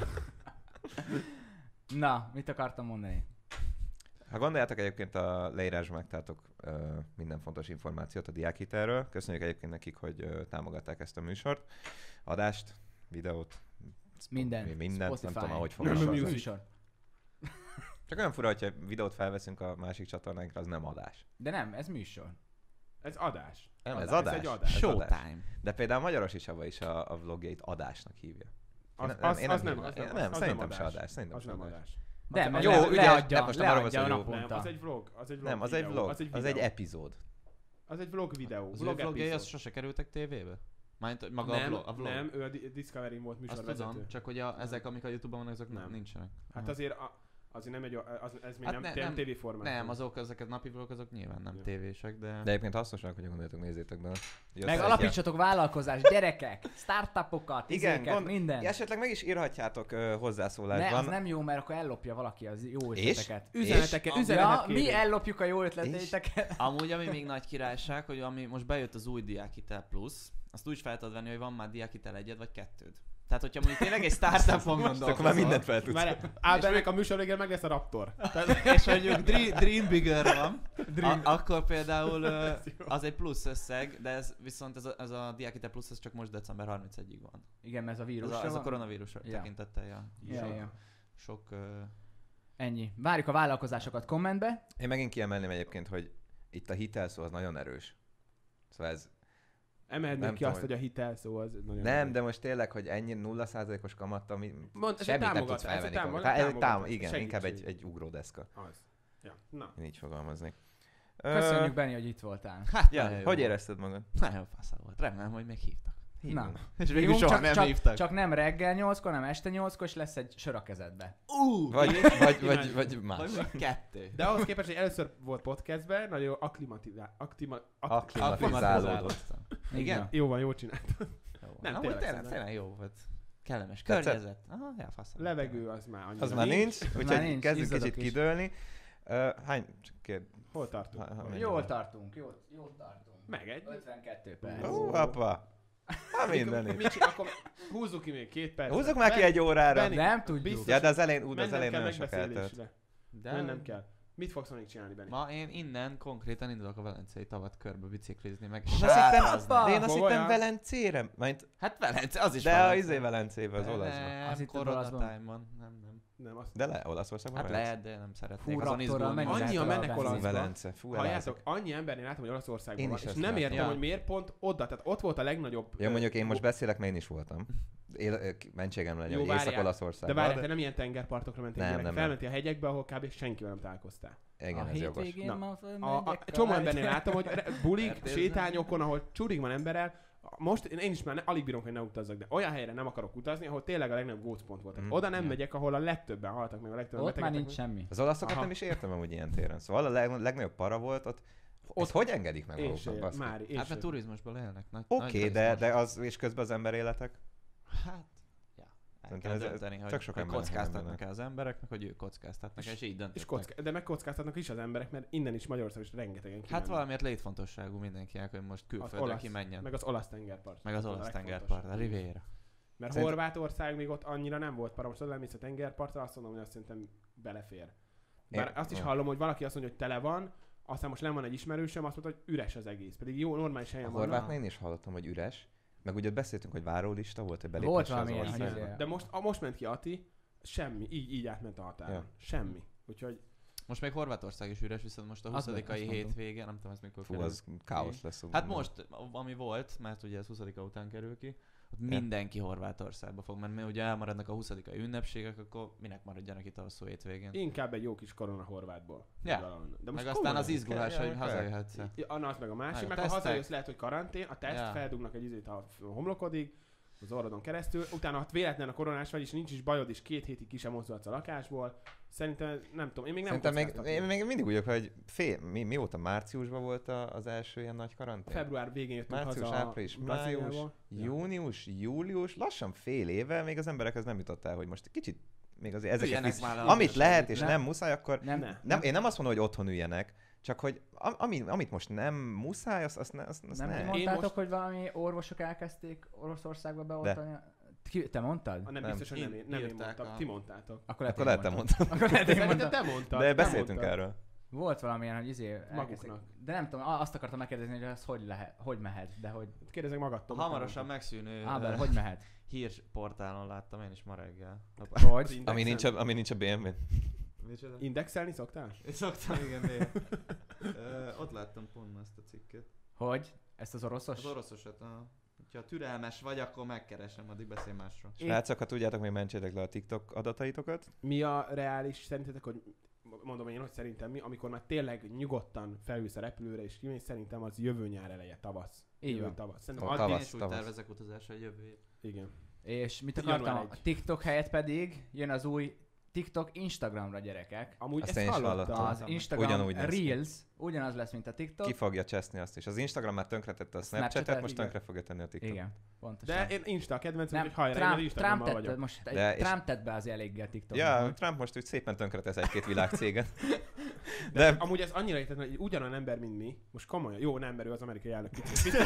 Na, mit akartam mondani? Ha gondoljátok, egyébként a leírásban megtaláltok minden fontos információt a diákhitelről. Köszönjük egyébként nekik, hogy támogatták ezt a műsort, adást, videót, Minden. mindent, Spotify. nem tudom, ahogy Nem, fogom music. sorolni. Műsor. Csak olyan fura, hogyha videót felveszünk a másik csatornánkra, az nem adás. De nem, ez műsor. Ez adás. Nem, ez Ez adás. egy adás. Ez adás. Showtime. De például Magyaros Csaba is a vlogjait adásnak hívja. Az Én nem, hívom. az nem, az szerintem nem se adás. Szerintem Az se nem adás. adás. De, mert jó, ügyes, leadja, de most nem arról leadja a van szó, hogy jó. Nem, naponta. az egy vlog. Az egy vlog Nem, az egy videó. vlog. Az egy Az videó. egy epizód. Az egy vlog videó. Az ő Vlog vlogjai epizód. az sose kerültek tévébe? Mármint maga a Nem, vlog. A vlog. nem, ő a Discovery volt Azt műsorvezető. tudom, csak hogy ezek, amik a Youtube-on vannak, azok Nem. nincsenek. Hát Aha. azért nem egy, ez még Hát nem TV formát. Nem, ezeket napi vlogok azok nyilván nem Ja. tévések, de... De egyébként hasznosak, hogy gondoljátok, nézzétek be. Meg alapítsatok vállalkozást, gyerekek, startupokat, Igen, izéket, minden. Esetleg meg is írhatjátok Ne, hozzászólásban. az nem jó, mert akkor ellopja valaki az jó És? ötleteket. Üzeneteket Ja, mi kérünk. ellopjuk a jó ötleteiteket. Amúgy, ami még nagy királyság, hogy ami most bejött az új Diákhitel Plus, azt úgy fel tudod venni, hogy van már Diákhitel 1 vagy 2. Tehát, hogyha mondjuk tényleg egy startupon gondolkozol, Akkor már mindent fel tudsz. Ábernek a műsor végén meg lesz a Raptor. és mondjuk Dream Bigger van, akkor például az egy plusz összeg, de ez viszont ez a Diákhitel Plus ez csak most december 31-ig van. Igen, mert ez a Ez vírusra a van. koronavírus Ja. tekintettel, ja. Ja. Sok... Ennyi. Várjuk a vállalkozásokat kommentbe. Én megint kiemelném egyébként, hogy itt a hitel szó az nagyon erős. Szóval ez Emeldnék Nem ki tudom, azt, hogy a hitel szó az nagyon... nem, de most tényleg, hogy ennyi 0%-os kamattal Mond, ez egy semmit nem támogatás, tudsz felvenni. ez egy konkrétan. támogatás, Igen, segítség. inkább egy ugródeszka. Az. Ja. Na. Én így fogalmaznék. Köszönjük, Benni, hogy itt voltál. Hát, Ja, nagyon jó hogy volt. érezted magad? Nagyon faszal volt. Remélem, hogy még hívtak. Na. És végül Hívunk, soha nem hívtak. csak nem reggel 8-kor, nem este 8-kor, és lesz egy sör a kezedbe. Vagy más. Vagy még 2. De ahhoz képest, hogy először volt podcastben, nagyon jó Akklimatizálódott. Igen? Jó van, jól csinált. Nem, Nem, tényleg tényleg jó volt. Kellemes Tetszett? környezet. Aha, ja, faszal. Levegő az már annyira Az már nincs, úgyhogy nincs, kezdünk izzadok kicsit is. kidőlni. Hány? Csak kérd... Hol tartunk? Jól tartunk, jól tartunk. Meg egy. 52 perc. Ó, apa! Hát minden Mit csinál, akkor húzzuk ki még 2 percet. Húzzuk már ki egy órára. Benni, Nem tudjuk. biztos- Ja, de az elején, az Mennem elején kell nagyon sok eltelt. megbeszélésre. De Mennem kell. Mit fogsz még csinálni, Benni? Ma én innen konkrétan indulok a Velencei tavat körbe biciklizni, meg Én azt sátrazni. hittem, de én azt Komolyan? hittem Velencére. Mert Hát Velence, az is de a Velence. izé Velencébe, az olaszban. Nem, Az itt Corona olaszban. Time-on. Nem. Nem, azt... De Olaszországban Hát mehetsz? lehet, de nem szeretnék. Fú, Azon Raptorral izgulni. mennyire Annyian lehet mennek a olaszba. Velence, fú, Halljátok, elhányzik. annyi embernél látom, hogy Olaszországban Én van, is és ezt nem látom. értem, Ja. hogy miért pont oda, tehát ott volt a legnagyobb... Ja, mondjuk én most beszélek, mert én is voltam. Mentségem legyen, Jó, hogy várjál. Észak-Olaszországban. De várjál, te nem ilyen tengerpartokra mentél, Nem, gyerek. nem, Felmentél a hegyekbe, ahol kb. Senkivel nem találkoztál. Igen, a ez jogos. hétvégén Na, ma A csomó embernél látom, hogy bulik, sétányokon, ahol csurig van emberrel, most én is már alig bírom, hogy ne utazzak, de olyan helyre nem akarok utazni, ahol tényleg a legnagyobb gócpont volt. Mhm. Oda nem Ja. megyek, ahol a legtöbben haltak meg, a legtöbben Ott már betegedtek nincs meg. semmi. Az olaszokat Aha. nem is értem amúgy ilyen téren. Szóval a legnagyobb para volt ott. Ott hogy engedik meg Én maguknak, sem, baszki? Mári, én Hát sem. mert turizmusból élnek. Oké, de az, és közben az emberéletek? Hát, ja. El Szerintem kell ez- dönteni, hogy, csak sok hogy embernek kockáztatnak-e az embereknek, hogy ők kockáztatnak, és így döntöttek. De megkockáztatnak is az emberek, mert innen is Magyarországon is rengetegen Hát kimennek. valamiért létfontosságú mindenkinek, hogy most Az külföldre olasz, kimenjen. meg az olasz tengerpart. Meg az Ez a olasz legfontosabb. tengerpart, a Riviera. Mert Szerint- Horvátország még ott annyira nem volt para, most oda lemész a tengerpartra, azt mondom, hogy azt szerintem belefér. Bár azt is hallom, hogy valaki azt mondja, hogy tele van, aztán most nem van egy ismerősöm, azt mondta, hogy üres az egész. Pedig jó, normális A helyen van. horvátnál én is hallottam, hogy üres. Meg ugye beszéltünk, hogy várólista volt, hogy belépés Volt az valamilyen, országba. hogy Igen. De most ment ki Ati, semmi, így átment a határon. Ja. Semmi. Úgyhogy Most még Horvátország is üres, viszont most a Azt 20-ai mondtam. hétvége, nem tudom, ez mikor Fú, kerül. az káosz lesz. Hát gondolom. most, ami volt, mert ugye ez 20-a után kerül ki, ott mindenki Horvátországba fog menni, mert ugye elmaradnak a 20-ai ünnepségek, akkor minek maradjanak itt a hosszú hétvégén. inkább egy jó kis korona horvátból. Ja. De Meg aztán az izgulás, kell, hogy ja, hazajöhetsz. Ja, na, az meg a másik, Meg a meg ha tesztek. hazajössz, lehet, hogy karantén, a teszt, Ja. feldugnak egy izét a homlokodig, az orrodon keresztül, utána ha véletlen a koronás vagy, és nincs is bajod, és 2 hétig ki sem mozdulhatsz a lakásból, szerintem, nem tudom, én még nem Szerintem még, kockáztatom. én még mindig úgy vagyok, hogy mióta márciusban volt az első ilyen nagy karantén? Február végén jöttünk Március, haza április, Brazíliából. május, Ja. június, július, lassan fél éve, még az emberekhez nem jutott el, hogy most kicsit még azért ezeket Üljenek visz, már le amit az lehet esetet. és nem muszáj, akkor Ne. én nem azt mondom, hogy otthon üljenek, csak hogy amit most nem muszáj, azt Nem ti ne. mondtátok, most- hogy valami orvosok elkezdték Oroszországba beoltani? Te mondtad? Nem Nem. biztos, hogy nem én Írták mondtam, a- ti mondtátok. Akkor Akkor lehet te mondtad. Akkor lehet én Szerintem mondtam. te mondtad. De te beszéltünk mondtad. erről. Volt valamilyen, hogy elkezdték. Maguknak. De nem tudom, azt akartam megkérdezni, hogy ez hogy lehet, hogy mehet, de hogy... Kérdezzek A magadtól. hamarosan megszűnő Ábel, hogy mehet? hírportálon láttam én is ma reggel. Hogy? Ami nincs a BMW. Micsoda? Indexelni szoktál? Én szoktam, igen, néha. Ott láttam pont ezt a cikket. Hogy? Ezt az oroszos? Az oroszosat, ha türelmes vagy, akkor megkeresem, addig beszélj másról. Srácok, ha tudjátok, még mentsétek le a TikTok adataitokat. Mi a reális szerintetek, hogy mondom én, hogy szerintem mi, amikor már tényleg nyugodtan felülsz a repülőre és kimész, szerintem az jövő nyár eleje, tavasz. Így Jövő van. tavasz. Szerintem Tavasz. addig, Én is úgy tavasz. tervezek utazásra jövő év. igen. És mit Január akartam? A 1. TikTok helyett pedig jön az új TikTok Instagramra, gyerekek. Amúgy Azt ezt én is hallottam. hallottam. Az Instagram Ugyanúgy lesz ki. Reels ugyanaz lesz, mint a TikTok. Ki fogja cseszni azt is. Az Instagram már tönkretette a Snapchatet, Snapchatet, most igen. tönkre fogja tenni a TikTok. Igen, pontosan. De én Insta a kedvencem, nem, hogy hajrá, én az Trump Instagrammal tette, vagyok. most De és- Trump tett be az eléggé a TikTok. Ja, Trump most úgy szépen tönkretesz egy-két világcéget. De Amúgy ez annyira értetlen, hogy ugyanolyan ember, mint mi. Most komolyan, jó, nem ember, ő az amerikai elnök. Picit.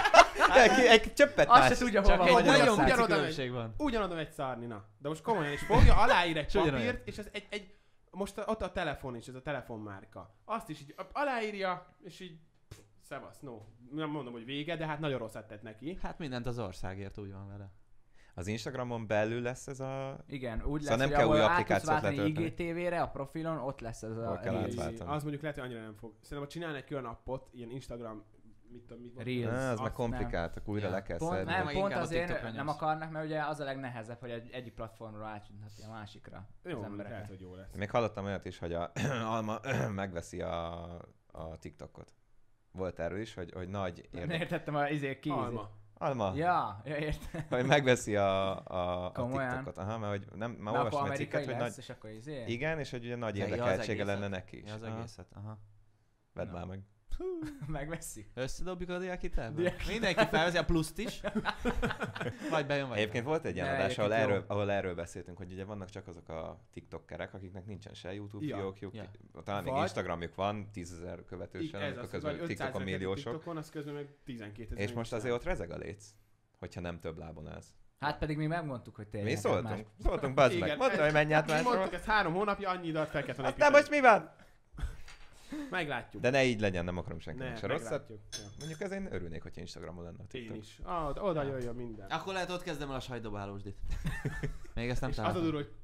egy csöppet Azt más. se tudja, Csak hol egy van nagyon Magyarország. ugyanaz- pici különbség van. Ugyanadom egy szarni, na. De most komolyan is fogja, aláír egy És ugyanolyan. papírt, és ez egy most ott a telefon is, ez a telefonmárka. Azt is így aláírja, és így szevasz, no. Nem mondom, hogy vége, de hát nagyon rosszat tett neki. Hát mindent az országért úgy van vele. Az Instagramon belül lesz ez a... Igen, úgy Szóval lesz, nem hogy kell új ahol át tudsz applikációt váltani letölteni. IGTV-re, a profilon, ott lesz ez Hol a kell Reels. átváltani. Az mondjuk lehet, hogy annyira nem fog. Szerintem, ha csinálni egy külön appot, ilyen Instagram, mit tudom, mit Reels. Az meg Azt komplikáltak, újra Ja. le kell Pont, szedni. nem, Meg pont inkább a azért TikTokra nem nyomsz. akarnak, mert ugye az a legnehezebb, hogy egyik platformról átjuthatni a másikra. Jó, az lehet, embereket. hogy jó lesz. Még hallottam olyat is, hogy a Alma megveszi a TikTokot. Volt erről is, hogy nagy Nem érdek. értettem a kézi. Alma. Alma, Ja, értem. hogy megveszi a Komolyan? TikTokot. Aha, mert hogy nem, már Na, akkor olvastam egy amerikai cikket, hogy lesz, nagy... és akkor Igen, és hogy ugye nagy Ja, az érdekeltsége egészet. lenne neki is. Ja, az Aha. egészet, aha. Vedd Na. már meg. Megveszi. Összedobjuk a diákhitelbe? Diák- Mindenki felveszi a pluszt is. Vagy bejön, vagy Egyébként volt egy ilyen Ne, adás, egyébként ahol erről beszéltünk, hogy ugye vannak csak azok a TikTokerek, akiknek nincsen se YouTube Ja. fiókjuk, Ja. talán még Vagy- Instagramjuk van, 10 000 követősen, Ez amikor az, közben vagy 500 TikTokon milliósok. milliósok. TikTokon, az közben meg 12 000. És most azért ott rezeg a léc, hogyha nem több lábon állsz. Hát pedig mi megmondtuk, hogy tényleg. Mi szóltunk? Szóltunk, bazd meg. Mondd, hogy menj át Mi másról. mondtuk, ezt 3 hónapja, annyi időt fel kellett volna Aztán most mi van? Meglátjuk. De ne így legyen, nem akarom senkinek Ne, se rosszat. meglátjuk. Ja. Mondjuk ez én örülnék, hogyha Instagramon lenne a Én TikTok. is. Oda jöjjön minden. Akkor lehet ott kezdem el a sajdobálósdit. Még ezt nem És az a találtam. durva, hogy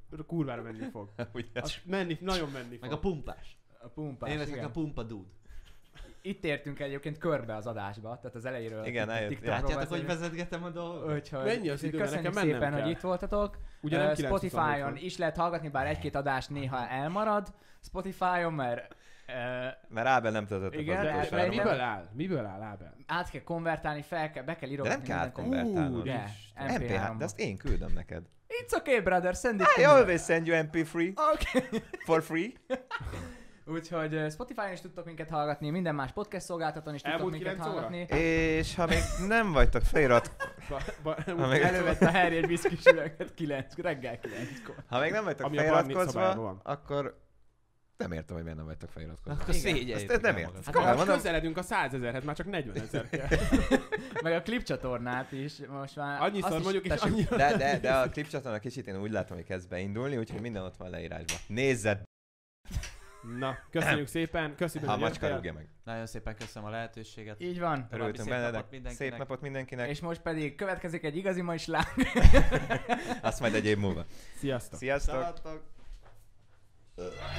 kurvára menni fog. Ugye? Az nagyon menni fog. Meg a pumpás. A pumpás, Én leszek igen. a pumpa dude. Itt értünk egyébként körbe az adásba, tehát az elejéről. Igen, eljött. TikTokról Látjátok, hogy beszélünk. vezetgetem a dolgot? Úgyhogy Mennyi az idő, köszönjük nekem mennem szépen, kell. hogy itt voltatok. Ugye nem 9:27 Spotify-on van. is lehet hallgatni, bár egy-két adás néha elmarad. Spotify-on, mert Mert Ábel nem töltött Igen, az de utolsó elfelejtem. áramot. Miből áll Ábel? át kell konvertálni, be kell De írogatni. nem kell mindent. átkonvertálnod. De, Úristen. MP3, de azt én küldöm neked. It's okay, brother, send it I to me. always send you MP3 Okay. for free. Úgyhogy Spotify-on is tudtok minket hallgatni, minden más podcast szolgáltatón is tudtok Elmúlt minket 9 óra? hallgatni. És ha még nem vagytok Még Elővette a Harry egy viszkis üveget reggel 9-kor. ha még nem vagytok Ami a Barney feliratkozva, szobájában van. akkor nem értem, hogy miért nem vagytok feliratkozva. Akkor Igen. szégyeljétek Ezt nem el értem. magatok. Hát Komolyan most mondom, közeledünk a 100 000-hez, már csak 40 000 kell. Meg a klipcsatornát is most már. Annyiszor azt is mondjuk, és tessék- annyira... de a klipcsatorna kicsit én úgy látom, hogy kezd beindulni, úgyhogy minden ott van leírásban. Nézzed! Na, köszönjük szépen, köszönjük, A hogy macska jöttél. rúgja meg. Nagyon szépen köszönöm a lehetőséget. Így van. Örültünk szép benne, napot mindenkinek. szép napot mindenkinek. És most pedig következik egy igazi mai slág. Azt majd egy év múlva. Sziasztok! Sziasztok! Sziasztok!